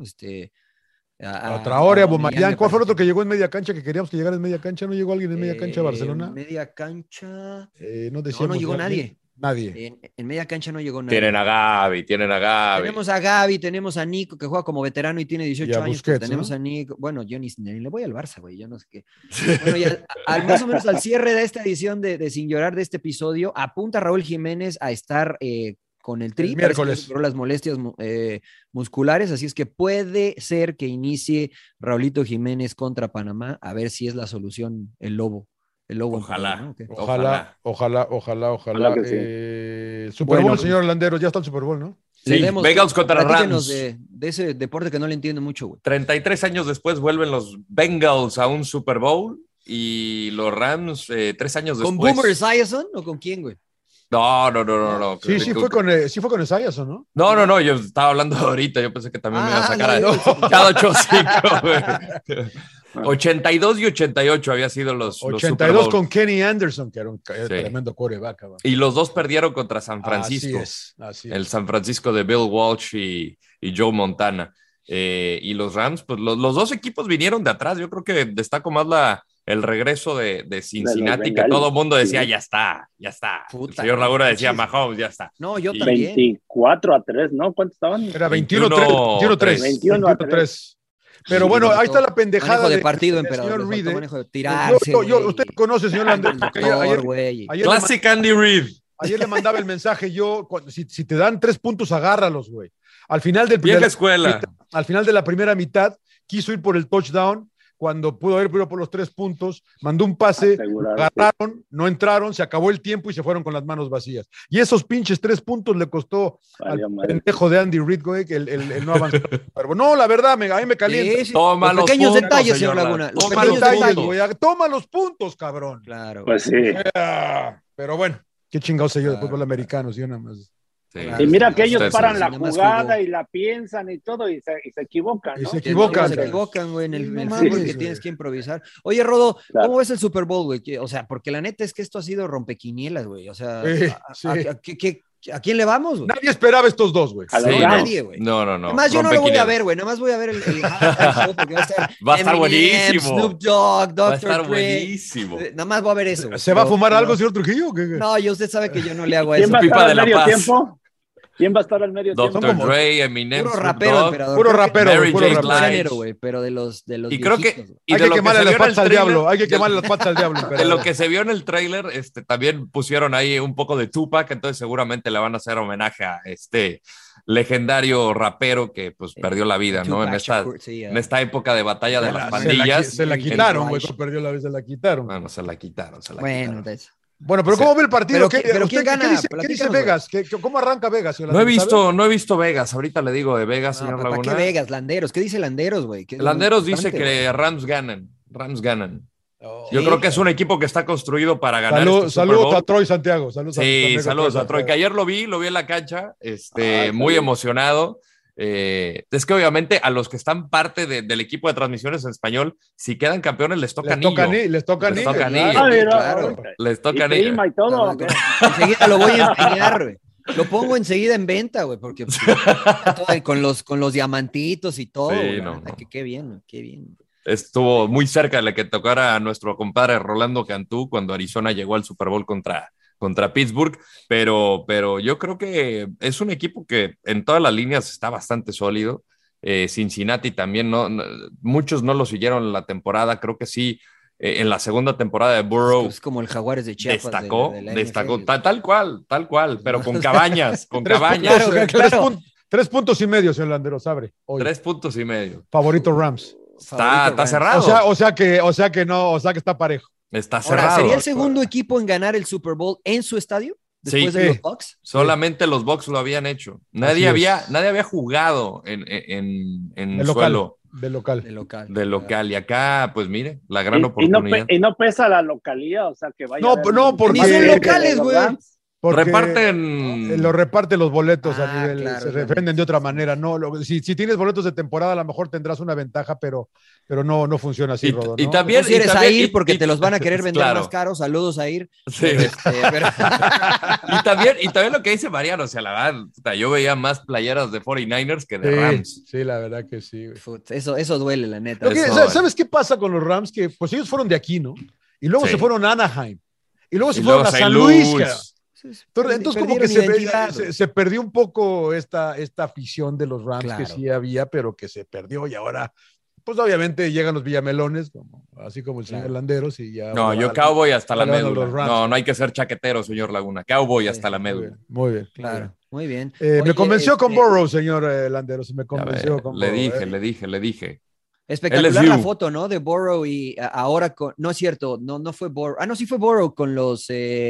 A Traore, a Aubameyang. ¿Cuál fue el otro que parece llegó en media cancha que queríamos que llegara en media cancha? ¿No llegó alguien en media cancha a Barcelona? Media cancha. No decíamos. No llegó nadie. En media cancha no llegó nadie. Tienen a Gavi. Tenemos a Gavi, tenemos a Nico, que juega como veterano y tiene 18 Y a años. Busquets, Tenemos ¿no? a Nico. Bueno, yo ni le voy al Barça, güey. Yo no sé qué. Bueno, y más o menos al cierre de esta edición de Sin Llorar, de este episodio, apunta Raúl Jiménez a estar con el Tri. El miércoles. Parece que logró las molestias musculares, así es que puede ser que inicie Raulito Jiménez contra Panamá, a ver si es la solución el Lobo. Ojalá. ¿no? ¿Qué? Ojalá que sí. Super Bowl, Bueno, señor Landeros, ya está el Super Bowl, ¿no? Sí, Bengals contra platíquenos Rams. de ese deporte que no le entiendo mucho, güey. 33 años después vuelven los Bengals a un Super Bowl y los Rams 3 años ¿Con después. Boomer Esiason o con quién, güey? No. Sí fue con Esaias, ¿o no? No, yo estaba hablando ahorita, yo pensé que también me iba a sacar no, cada 8-5, güey. 82 y 88 había sido los Super 82 Bowl. con Kenny Anderson, que era un tremendo quarterback. Y los dos perdieron contra San Francisco. Así es. El San Francisco de Bill Walsh y Joe Montana. Y los Rams, pues los dos equipos vinieron de atrás. Yo creo que destacó más el regreso de Cincinnati, que todo el mundo decía, ya está. Puta, el señor Laguna decía, muchísimo. Mahomes, ya está. No, yo también. 24-3, ¿no? ¿Cuántos estaban? Era 21-3. 21-3. Pero bueno, ahí está la pendejada manejo de partido, emperador. señor Reed. Manejo de tirarse, Usted conoce, señor Landeros. Classic Andy Reid. Ayer le mandaba el mensaje yo, si te dan 3 puntos, agárralos, güey. Al final Vieja escuela. Al final de la primera mitad, quiso ir por el touchdown, cuando pudo haber ido por los 3 puntos, mandó un pase, agarraron, no entraron, se acabó el tiempo y se fueron con las manos vacías. Y esos pinches 3 puntos le costó al pendejo de Andy Reid, güey, que el no avanzó. Pero no, la verdad, a mí me calienta. Sí. Toma Los pequeños detalles, señor Laguna. Los Toma pequeños detalles, detalles. güey. Toma los puntos, cabrón. Claro. Pues sí. Pero bueno, qué chingados sé yo de fútbol americano, si yo nada más. Sí. Y mira que ellos Ustedes paran sí. la Nada más jugada jugó. y la piensan y todo y se equivocan, Y ¿no? se equivocan. Se equivocan, güey, en el No fútbol mames, que güey. tienes que improvisar. Oye, Rodo, Claro. ¿cómo ves el Super Bowl, güey? O sea, porque la neta es que esto ha sido rompequinielas, güey. O sea, Sí. ¿a quién le vamos, güey? Nadie esperaba estos dos, güey. A los Sí, Rams. Nadie, güey. No. Además, yo no lo voy a ver, güey. Nada más voy a ver el show porque va a estar, Va a estar Eminem, buenísimo. Snoop Dogg, Dr. Va a estar Dre. buenísimo. Nada más voy a ver eso. güey. ¿Se va a Pero- fumar pero- algo, señor Trujillo? ¿O qué? No, y usted sabe que yo no le hago a ¿Quién eso. va a Pipa estar de al la medio Paz. tiempo? ¿Quién va a estar al medio tiempo? Dr. Dre, Eminem, Puro Snoop rapero, Dogg. emperador. Puro rapero, Mary güey, puro J. rapero. Blige. Género, güey, pero de los Y creo que viejitos, güey. y Hay de que lo que quemarle se las vio en el patas al tráiler, diablo. Hay que de- quemarle las patas al diablo. de emperador. lo que se vio en el tráiler, también pusieron ahí un poco de Tupac, entonces seguramente le van a hacer homenaje a este legendario rapero que pues perdió la vida, ¿no? Tupac Shakur, sí, En esta época de batalla de las Se pandillas. Se la En- quitaron, en- güey. Cuando perdió la vez, se la quitaron. Bueno, se la quitaron. Bueno, de eso. Bueno, pero ¿cómo ve el partido? Pero ¿quién gana? ¿Qué dice Platícanos, Vegas? ¿Cómo arranca Vegas? señor No he Landeros, sabe? visto Vegas, ahorita le digo de Vegas, No, señor ¿para Laguna. qué Vegas? Landeros. ¿Qué dice Landeros, güey? ¿Qué es lo Landeros dice importante, que güey? Rams ganan. Oh. Yo Sí. creo que es un equipo que está construido para ganar este Super Saludos Bowl. a Troy Santiago. Saludos Sí, a saludos a Troy, que ayer lo vi en la cancha, muy emocionado. Es que obviamente a los que están parte del equipo de transmisiones en español, si quedan campeones les toca anillo. Les toca Les anillo. toca claro. anillo. Ah, mira, claro. Les y toca anillo. prima y todo. No, enseguida lo voy a enseñar, güey. Lo pongo enseguida en venta, güey, porque pues, todo con los diamantitos y todo. Sí, güey. no. Ay, que qué bien, güey, qué bien. Estuvo muy cerca de la que tocara a nuestro compadre Rolando Cantú cuando Arizona llegó al Super Bowl contra Pittsburgh, pero yo creo que es un equipo que en todas las líneas está bastante sólido. Cincinnati también, muchos no lo siguieron en la temporada, creo que sí, en la segunda temporada de Burrow Es como el Jaguares de Chiapas. destacó, de la destacó NFL. tal cual, pero con cabañas, Claro, claro. 3 puntos y medio, señor Landeros, abre. Hoy. 3 puntos y medio. Favorito Rams. Está cerrado. O sea que está parejo. Está cerrado. Ahora, ¿sería el segundo equipo en ganar el Super Bowl en su estadio? Después de los Bucs. Solamente los Bucs lo habían hecho. Nadie había jugado en suelo. De local. Y acá, pues mire, la gran oportunidad. Y no pesa la localía, o sea que vaya. No, porque ni son locales, güey. Reparten. Lo reparten los boletos a nivel, claro, se venden de otra manera. No, si tienes boletos de temporada, a lo mejor tendrás una ventaja, pero no funciona así, Rodo, ¿no? Y también si eres Air, porque te los van a querer vender más caros. Saludos a Air. Sí. y también lo que dice Mariano, o sea, la verdad, yo veía más playeras de 49ers que de Rams. Sí, la verdad que sí. Eso duele, la neta. ¿Sabes qué pasa con los Rams? Que pues ellos fueron de aquí, ¿no? Y luego se fueron a Anaheim. Y luego se fueron a San Luis. Entonces como que se perdió un poco esta afición de los Rams, que sí había, pero que se perdió, y ahora pues obviamente llegan los villamelones, así como el señor Landeros, y ya. No, yo Cowboy hasta la médula. No hay que ser chaquetero, señor Laguna. Cowboy hasta la médula. Muy bien. Claro, muy bien. Me convenció con Burrow, señor Landeros, me convenció con Le Burrow. le dije. Espectacular la foto, ¿no? De Burrow y ahora con... No es cierto, no fue Burrow. No, sí fue Burrow con los...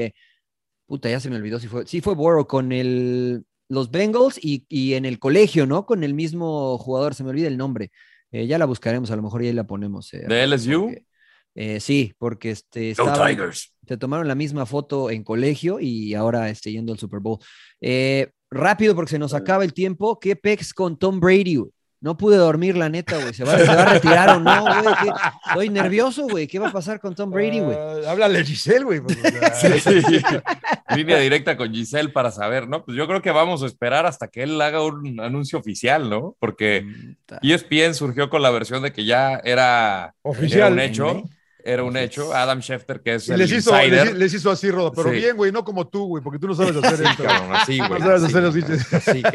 ya se me olvidó si fue... Sí fue Burrow con los Bengals y en el colegio, ¿no? Con el mismo jugador, se me olvida el nombre. Ya la buscaremos, a lo mejor ya ahí la ponemos. ¿De LSU? Sí, porque se tomaron la misma foto en colegio y ahora yendo al Super Bowl. Rápido, porque se nos acaba el tiempo. ¿Qué pex con Tom Brady, güey? No pude dormir, la neta, güey. ¿Se va a retirar o no, güey? Estoy nervioso, güey. ¿Qué va a pasar con Tom Brady, güey? Háblale Giselle, güey. Pues, Línea directa con Giselle para saber, ¿no? Pues yo creo que vamos a esperar hasta que él haga un anuncio oficial, ¿no? Porque ESPN surgió con la versión de que ya era oficial. Un hecho. Era un hecho. Adam Schefter, que es el insider. Les hizo así, Rodo, pero bien, güey, no como tú, güey, porque tú no sabes hacer esto. Cabrón, así, güey. No sabes hacer los bichos.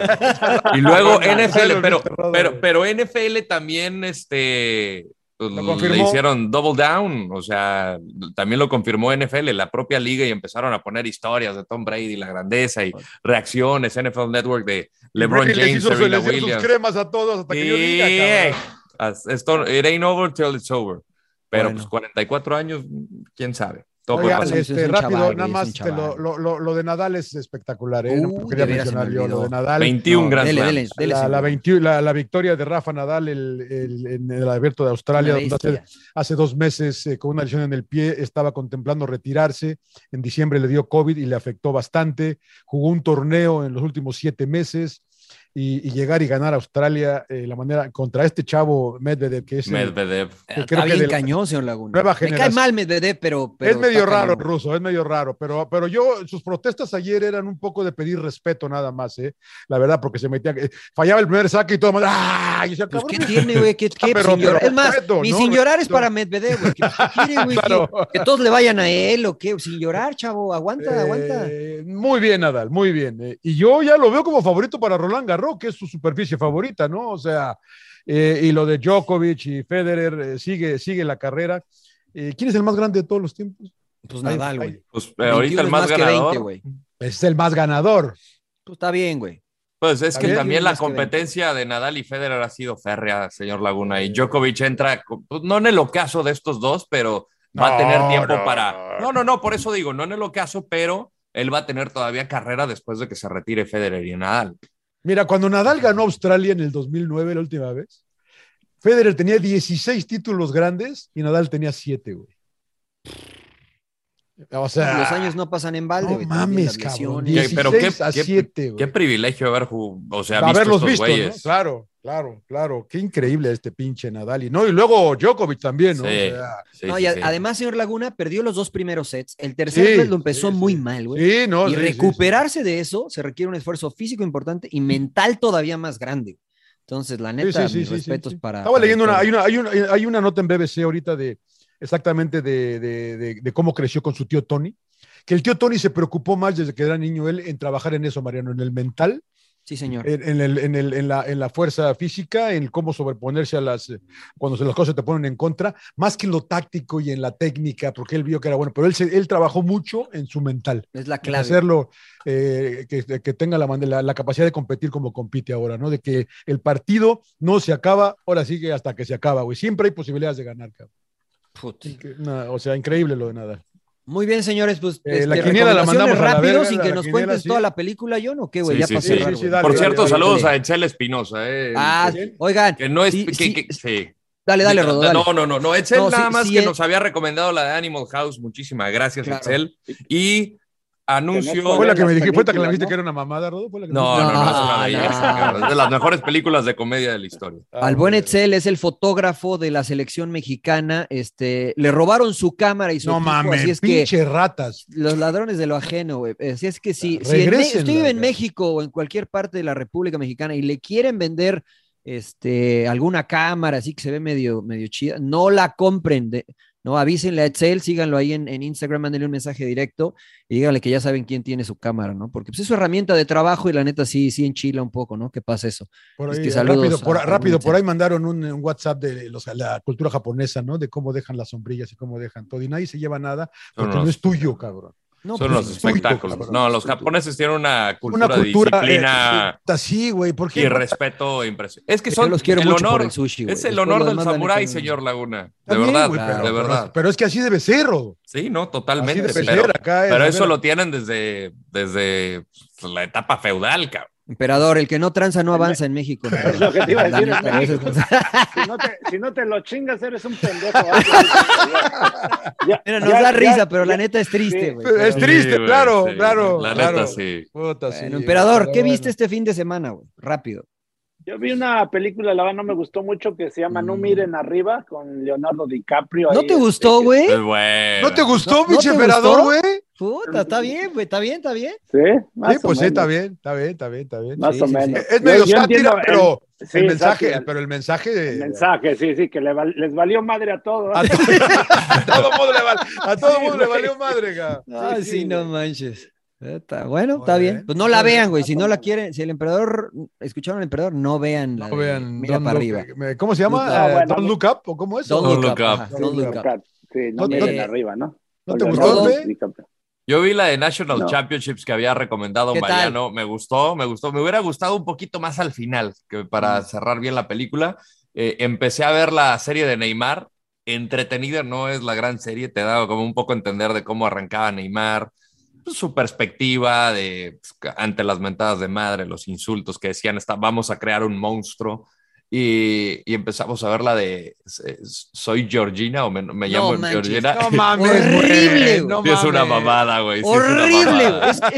Y luego NFL, pero NFL también, le hicieron double down, o sea, también lo confirmó NFL, la propia liga, y empezaron a poner historias de Tom Brady, la grandeza y reacciones, NFL Network de LeBron James, Serena Williams. Sus cremas a todos hasta que yo diga, cabrón. It ain't over till it's over. Pero pues 44 años, quién sabe. Oiga, rápido, nada más, lo de Nadal es espectacular, no quería mencionar yo lo de Nadal. 21 Grand Slams. La victoria de Rafa Nadal en el Abierto de Australia, donde hace 2 meses con una lesión en el pie estaba contemplando retirarse. En diciembre le dio COVID y le afectó bastante. Jugó un torneo en los últimos 7 meses. Y llegar y ganar a Australia la manera contra este chavo Medvedev, que es Medvedev. Está bien cañón, señor Laguna. Me cae mal Medvedev, pero es medio raro el ruso, es medio raro, pero sus protestas ayer eran un poco de pedir respeto nada más, la verdad, porque se metía, fallaba el primer saque y todo el mundo, ¡ah! Y decía, pues, ¿qué tiene, güey? Es más, ni sin llorar es para Medvedev, güey. ¿Qué quiere, güey? Claro. ¿Que todos le vayan a él o qué? Sin llorar, chavo, aguanta. Muy bien, Nadal, muy bien. Y yo ya lo veo como favorito para Roland Garros, que es su superficie favorita, ¿no? O sea, y lo de Djokovic y Federer, sigue la carrera. ¿Quién es el más grande de todos los tiempos? Pues Nadal, güey. Pues ahorita el más ganador. 20, es el más ganador. Pues está bien, güey. Pues es que también la competencia de Nadal y Federer ha sido férrea, señor Laguna, y Djokovic entra, pues, no en el ocaso de estos dos, pero va a tener tiempo para... No, por eso digo, no en el ocaso, pero él va a tener todavía carrera después de que se retire Federer y Nadal. Mira, cuando Nadal ganó Australia en el 2009, la última vez, Federer tenía 16 títulos grandes y Nadal tenía 7, güey. O sea, los años no pasan en balde. No mames, cabrón. 16 a 7, qué privilegio haberlos visto, ¿no? Claro. Qué increíble este pinche Nadal. Y luego Djokovic también, ¿no? Sí, además, señor Laguna, perdió los 2 primeros sets. El tercer set lo empezó muy mal, güey. Y recuperarse de eso se requiere un esfuerzo físico importante y mental todavía más grande. Entonces, la neta, mis respetos para... Estaba leyendo hay una nota en BBC ahorita exactamente de cómo creció con su tío Tony, que el tío Tony se preocupó más desde que era niño él en trabajar en eso, Mariano, en el mental, Sí, señor. En la fuerza física, en cómo sobreponerse cuando las cosas te ponen en contra, más que en lo táctico y en la técnica, porque él vio que era bueno, pero él trabajó mucho en su mental. Es la clave. Hacerlo, que tenga la capacidad de competir como compite ahora, ¿no? De que el partido no se acaba, ahora sigue hasta que se acaba, güey. Siempre hay posibilidades de ganar, cabrón. O sea, increíble lo de Nadal. Muy bien, señores, pues la quiniela la mandamos rápido, sin que la nos quiniela, cuentes sí. toda la película, John, ¿o qué, güey? Sí, Ya pasé. dale, por cierto, dale, saludos a Etzel Espinosa. Oigan. Que no es... Sí. Dale, Rodo, dale. No, Etzel nada más que nos había recomendado la de Animal House. Muchísimas gracias, claro. Etzel. Y anuncio... ¿Fue la que me dijiste, fue la que me dijiste que era una mamada, Rodo? No, es una belleza. Es de las mejores películas de comedia de la historia. Al buen Etzel es el fotógrafo de la selección mexicana. Le robaron su cámara y su equipo, mames, así es pinche ratas. Los ladrones de lo ajeno, güey. Así es que si usted vive en México o en cualquier parte de la República Mexicana y le quieren vender alguna cámara así que se ve medio chida, no la compren. No, avísenle a Etzel, síganlo ahí en Instagram, mándenle un mensaje directo y díganle que ya saben quién tiene su cámara, ¿no? Porque pues, es su herramienta de trabajo y la neta sí enchila un poco, ¿no? ¿Qué pasa eso? Por ahí, rápido, por ahí mandaron un WhatsApp de la cultura japonesa, ¿no? De cómo dejan las sombrillas y cómo dejan todo. Y nadie se lleva nada porque no es tuyo, cabrón. No, son los espectáculos. No, los japoneses tienen una cultura de disciplina sí, güey, y respeto impresionante. Es que son los quiero mucho por el sushi, es el honor del samurái, señor Laguna. De verdad, de verdad. Pero es que así debe ser, Rodo. Sí, no, totalmente. Así debe ser acá. Pero eso lo tienen desde la etapa feudal, cabrón. Emperador, el que no tranza no avanza en México. Es lo que te iba a decir. Si no te lo chingas, eres un pendejo. Mira, nos da risa, pero la neta es triste, güey. Es triste, claro. La neta, sí. Puta, bueno, Emperador, ¿qué viste este fin de semana, güey? Rápido. Yo vi una película, la verdad no me gustó mucho, que se llama No miren arriba, con Leonardo DiCaprio. ¿No te gustó, güey? ¿No te gustó, pinche Emperador, güey? Puta, está bien, güey, está bien. Sí, pues sí, está bien. Más o menos. Es medio sátira, pero el mensaje, sí, que les valió madre a todos. A todo mundo le valió madre, cara. Ay, sí, no manches. Bueno, está bien. Pues no la vean, güey. Si no la quieren, si el emperador, escucharon al emperador, no vean. Mira para arriba. ¿Cómo se llama? Don't Look Up, ¿o cómo es? Don't Look Up. Sí, no miren arriba, ¿no? ¿No te gustó? Yo vi la de National Championships que había recomendado Mariano. Me gustó. Me hubiera gustado un poquito más al final, que para cerrar bien la película. Empecé a ver la serie de Neymar. Entretenida, no es la gran serie. Te da como un poco a entender de cómo arrancaba Neymar. Su perspectiva ante las mentadas de madre, los insultos que decían, vamos a crear un monstruo. Y empezamos a ver la de ¿soy Georgina o me llamo Georgina? No mames, horrible, no mames. Es una mamada, güey. Horrible.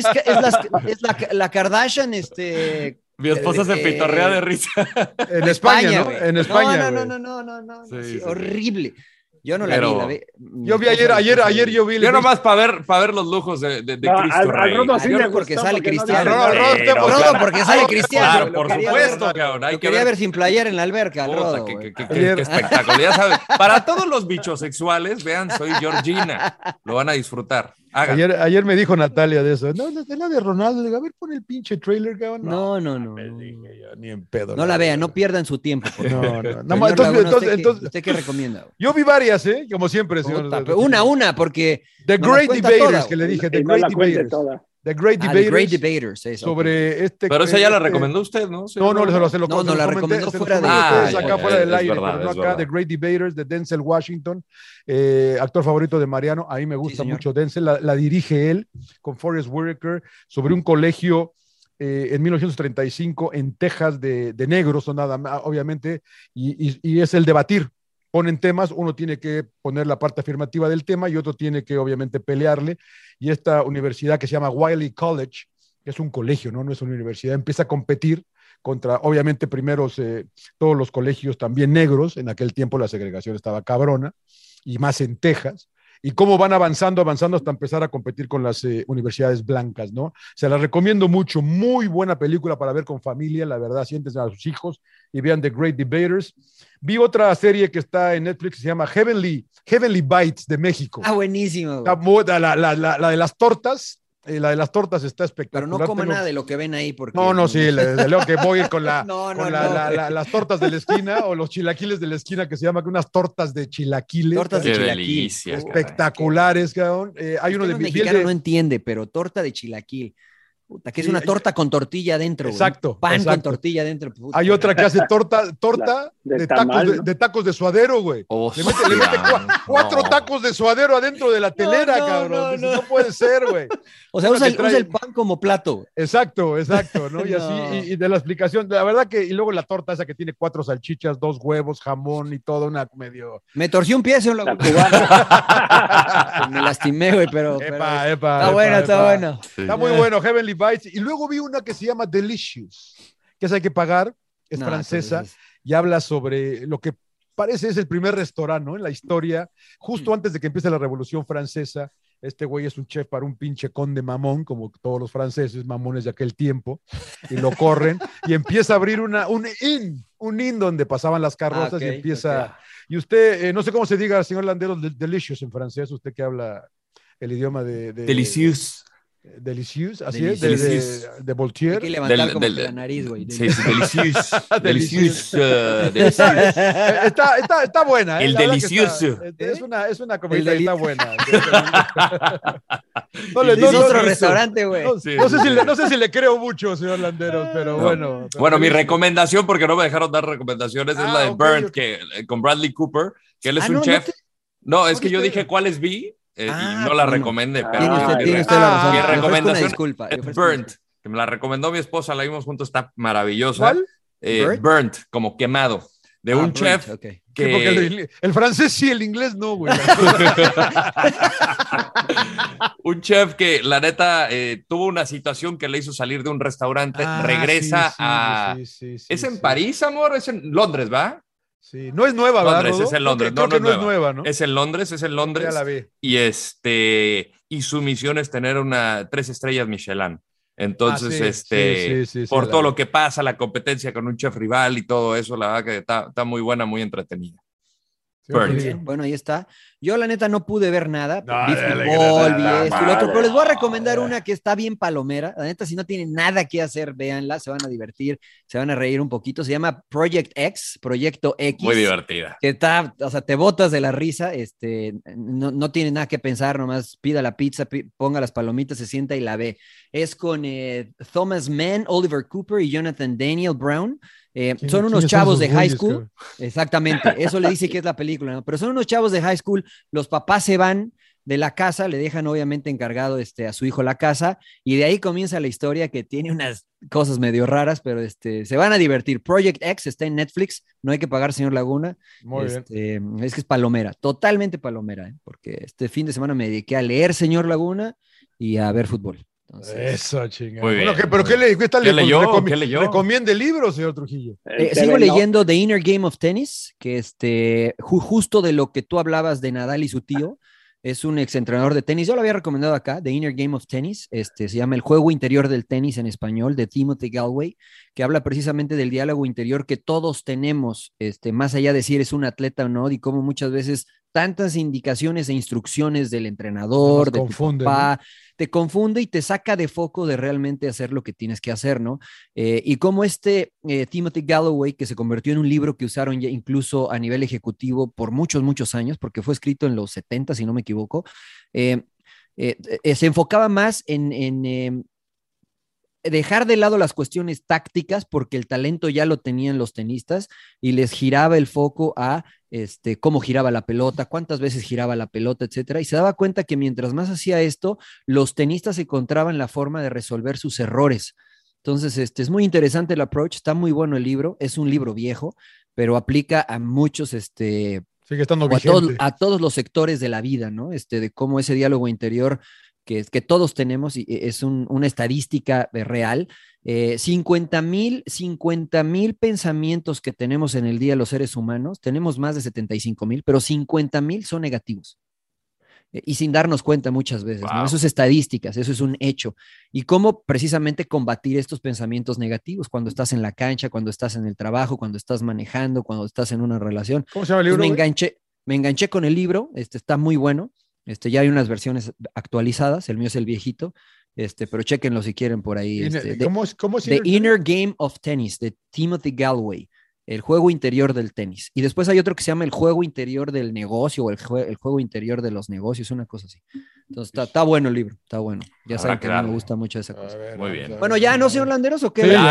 Es la Kardashian, Mi esposa se pitorrea de risa. En España, ¿no? En España. No. Sí, horrible. Yo no la vi. Yo vi ayer yo vi. Yo nomás para ver los lujos de Cristo Rey. Porque sale Cristiano. Rodo porque sale Cristiano. Claro, por supuesto, cabrón. Hay que quería ver sin playera en la alberca. Rodo, qué espectáculo. Ya saben, para todos los bichosexuales, vean, soy Georgina. Lo van a disfrutar. Ayer me dijo Natalia de eso. No, de la de Ronaldo. Le digo, a ver, pon el pinche trailer, cabrón. No. Ni en pedo. No la vean, no pierdan su tiempo. No, entonces, ¿usted qué recomienda? Yo vi varias, como siempre, señor. Una, porque The Great Debaters, que le dije, The Great Debaters. The Great Debaters. Sobre Pero esa ya la recomendó usted, ¿no? No, la recomendó fuera de... acá fuera del aire, pero no acá. The Great Debaters, de Denzel Washington, actor favorito de Mariano. A mí me gusta mucho Denzel. La dirige él, con Forrest Whitaker, sobre un colegio en 1935 en Texas de negros, o nada más, obviamente, y es el debatir. Ponen temas, uno tiene que poner la parte afirmativa del tema y otro tiene que obviamente pelearle, y esta universidad que se llama Wiley College, que es un colegio, no es una universidad, empieza a competir contra, obviamente, todos los colegios también negros. En aquel tiempo la segregación estaba cabrona, y más en Texas, y cómo van avanzando hasta empezar a competir con las universidades blancas, ¿no? Se las recomiendo mucho, muy buena película para ver con familia, la verdad. Siéntense a sus hijos y vean The Great Debaters. Vi otra serie que está en Netflix que se llama Heavenly Bites, de México. Buenísimo. La de las tortas, La de las tortas está Pero espectacular. no coma nada de lo que ven ahí porque... No, sí, desde luego que voy a ir con las tortas de la esquina o los chilaquiles de la esquina que se llaman unas tortas de chilaquiles. Tortas de Qué chilaquil. delicia, Espectaculares, cabrón. Hay uno de mexicano no entiende, pero torta de chilaquil. Puta, que es una torta con tortilla adentro. Exacto. Pan exacto. con tortilla adentro. Puta. Hay otra que hace torta de tacos de suadero, güey. Le mete 4 tacos de suadero adentro de la telera, cabrón. No puede ser, güey. O sea, usa el pan como plato. Exacto, ¿no? Y así, y de la explicación, la verdad que, y luego la torta esa que tiene 4 salchichas, 2 huevos, jamón y todo, una medio... Me torció un pie, señor Laguna. Me lastimé, güey, pero... Está buena. Está muy bueno, Heavenly Bites. Y luego vi una que se llama Delicious, que esa hay que pagar, es francesa, y habla sobre lo que parece es el primer restaurante, ¿no? En la historia, justo antes de que empiece la Revolución Francesa. Este güey es un chef para un pinche conde mamón, como todos los franceses mamones de aquel tiempo, y lo corren, y empieza a abrir un inn donde pasaban las carrozas, y empieza... Y usted, no sé cómo se diga, señor Landeros, delicious en francés, usted que habla el idioma de Delicious. Delicious, así Delicious. es, de Voltaire. Hay que levantar como que la nariz, güey. Sí, delicious. Delicious. Está buena. El delicioso. Es una comedia que está buena. Es otro restaurante, güey. No sé si le creo mucho, señor Landeros, pero bueno. Bueno, mi recomendación, porque no me dejaron dar recomendaciones, es la de Burnt, que con Bradley Cooper, que él es un chef. No, es que yo dije cuáles vi. Y no la recomendé. Tiene usted la razón. Mi recomendación disculpa, es Burnt, que me la recomendó mi esposa, la vimos juntos, está maravillosa. ¿Cuál? Burnt, como quemado, de un chef que... Sí, porque el francés sí, el inglés no, güey. Un chef que, la neta, tuvo una situación que le hizo salir de un restaurante, regresa a... ¿Es en París, amor? Es en Londres, ¿va? Sí, no es nueva, ¿verdad? Londres, es en Londres. Creo que no es nueva, ¿no? Es en Londres. Ya la vi. Y su misión es tener 3 estrellas Michelin. Entonces, por todo lo que pasa, la competencia con un chef rival y todo eso, la verdad que está muy buena, muy entretenida. Bueno, ahí está. Yo, la neta, no pude ver nada. Vi fútbol, vi esto y lo otro, pero les voy a recomendar una que está bien palomera. La neta, si no tienen nada que hacer, véanla, se van a divertir, se van a reír un poquito. Se llama Project X, Proyecto X. Muy divertida. Que está, o sea, te botas de la risa, no tiene nada que pensar, nomás pida la pizza, ponga las palomitas, se sienta y la ve. Es con Thomas Mann, Oliver Cooper y Jonathan Daniel Brown. Son unos chavos de high school. Exactamente, eso le dice que es la película, ¿no? Pero son unos chavos de high school, los papás se van de la casa, le dejan obviamente encargado a su hijo la casa, y de ahí comienza la historia que tiene unas cosas medio raras, pero se van a divertir. Project X está en Netflix, no hay que pagar, señor Laguna. Muy bien. Es que es palomera, totalmente palomera, porque este fin de semana me dediqué a leer, señor Laguna, y a ver fútbol. Entonces, eso, chingada. Bueno, ¿pero qué leyó? ¿Qué leyó? ¿Recomienda el libro, señor Trujillo? Sigo leyendo The Inner Game of Tennis, que justo de lo que tú hablabas de Nadal y su tío, es un exentrenador de tenis. Yo lo había recomendado acá, The Inner Game of Tennis, se llama El juego interior del tenis en español, de Timothy Galway, que habla precisamente del diálogo interior que todos tenemos, más allá de si eres un atleta o no, y cómo muchas veces tantas indicaciones e instrucciones del entrenador, de tu papá, ¿no? Te confunde y te saca de foco de realmente hacer lo que tienes que hacer, ¿no? Y como Timothy Galloway, que se convirtió en un libro que usaron ya incluso a nivel ejecutivo por muchos, muchos años, porque fue escrito en los 70, si no me equivoco, se enfocaba más en dejar de lado las cuestiones tácticas, porque el talento ya lo tenían los tenistas, y les giraba el foco a cómo giraba la pelota, cuántas veces giraba la pelota, etcétera, y se daba cuenta que mientras más hacía esto, los tenistas encontraban la forma de resolver sus errores. Entonces, es muy interesante el approach, está muy bueno el libro, es un libro viejo, pero aplica a muchos, sigue estando vigente. A todos los sectores de la vida, ¿no? De cómo ese diálogo interior que todos tenemos, y es una estadística real. 50,000 pensamientos que tenemos en el día los seres humanos, tenemos más de 75,000, pero 50,000 son negativos. Y sin darnos cuenta muchas veces, ¿no? Eso es estadísticas, eso es un hecho. Y cómo precisamente combatir estos pensamientos negativos cuando estás en la cancha, cuando estás en el trabajo, cuando estás manejando, cuando estás en una relación. ¿Cómo se llama el libro? Me enganché con el libro, está muy bueno. Ya hay unas versiones actualizadas, el mío es el viejito, pero chéquenlo si quieren por ahí. ¿Cómo es The Inner Game of Tennis, de Timothy Gallwey. El juego interior del tenis. Y después hay otro que se llama el juego interior del negocio o el juego interior de los negocios, una cosa así. Entonces está bueno el libro, está bueno. Ya saben que a mí me gusta mucho esa cosa. Muy bien. Bueno, ya no, señor Landeros, ¿o qué? Sí,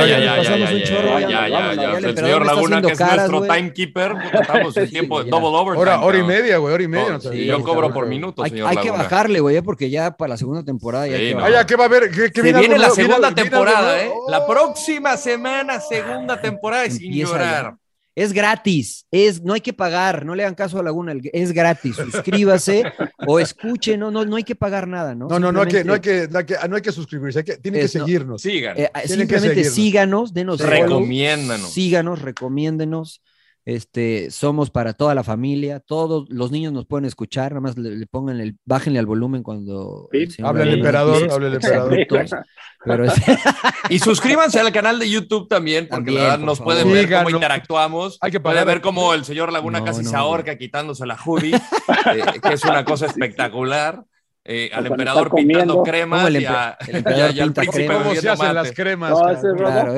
ya. El señor Laguna, que es nuestro timekeeper, estamos en tiempo de double overtime. Hora y media, güey, hora y media. Sí, yo cobro por minuto, señor Laguna. Hay que bajarle, güey, porque ya para la segunda temporada ya ¿qué va a haber? Se viene la segunda temporada, ¿eh? La próxima semana, segunda temporada de Sin Llorar. Es gratis, no hay que pagar, no le hagan caso a Laguna, es gratis, suscríbase o escuche, no hay que pagar nada, ¿no? No hay que suscribirse, tienen que seguirnos. Simplemente síganos, denos recomiéndanos. Síganos, recomiéndenos. Somos para toda la familia, todos los niños nos pueden escuchar, nada más bájenle al volumen cuando habla el emperador. Pero y suscríbanse al canal de YouTube también, porque la verdad nos pueden ver cómo interactuamos. Hay que pueden ver cómo el señor Laguna casi se ahorca quitándose la hoodie, que es una cosa espectacular. Al emperador pintando cremas y al príncipe ¿Cómo se hacen las cremas? No, ese es Rodolfo.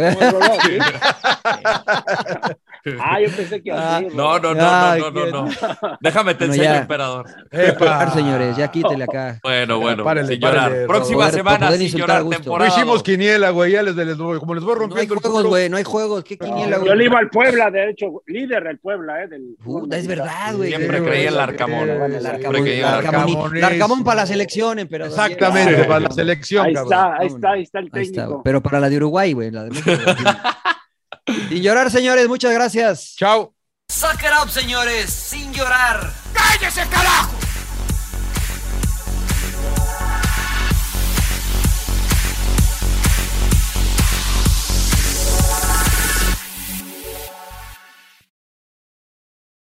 Yo pensé que No. Déjame te enseño, emperador. Señores, ya quítele acá. Bueno. Sin llorar. Próxima semana, Sin Llorar, temporada. No hicimos quiniela, güey. Ya como les voy rompiendo el juegos, güey. No hay juegos. ¿Qué quiniela, güey? Yo le iba al Puebla, de hecho, líder del Puebla, es verdad, güey. Siempre creí en el Arcamón. El Arcamón para la selección, emperador. Exactamente, para la selección. Ahí está el técnico. Pero para la de Uruguay, güey. Sin llorar, señores, muchas gracias. Chao. Suck it up, señores, sin llorar. ¡Cállese, carajo!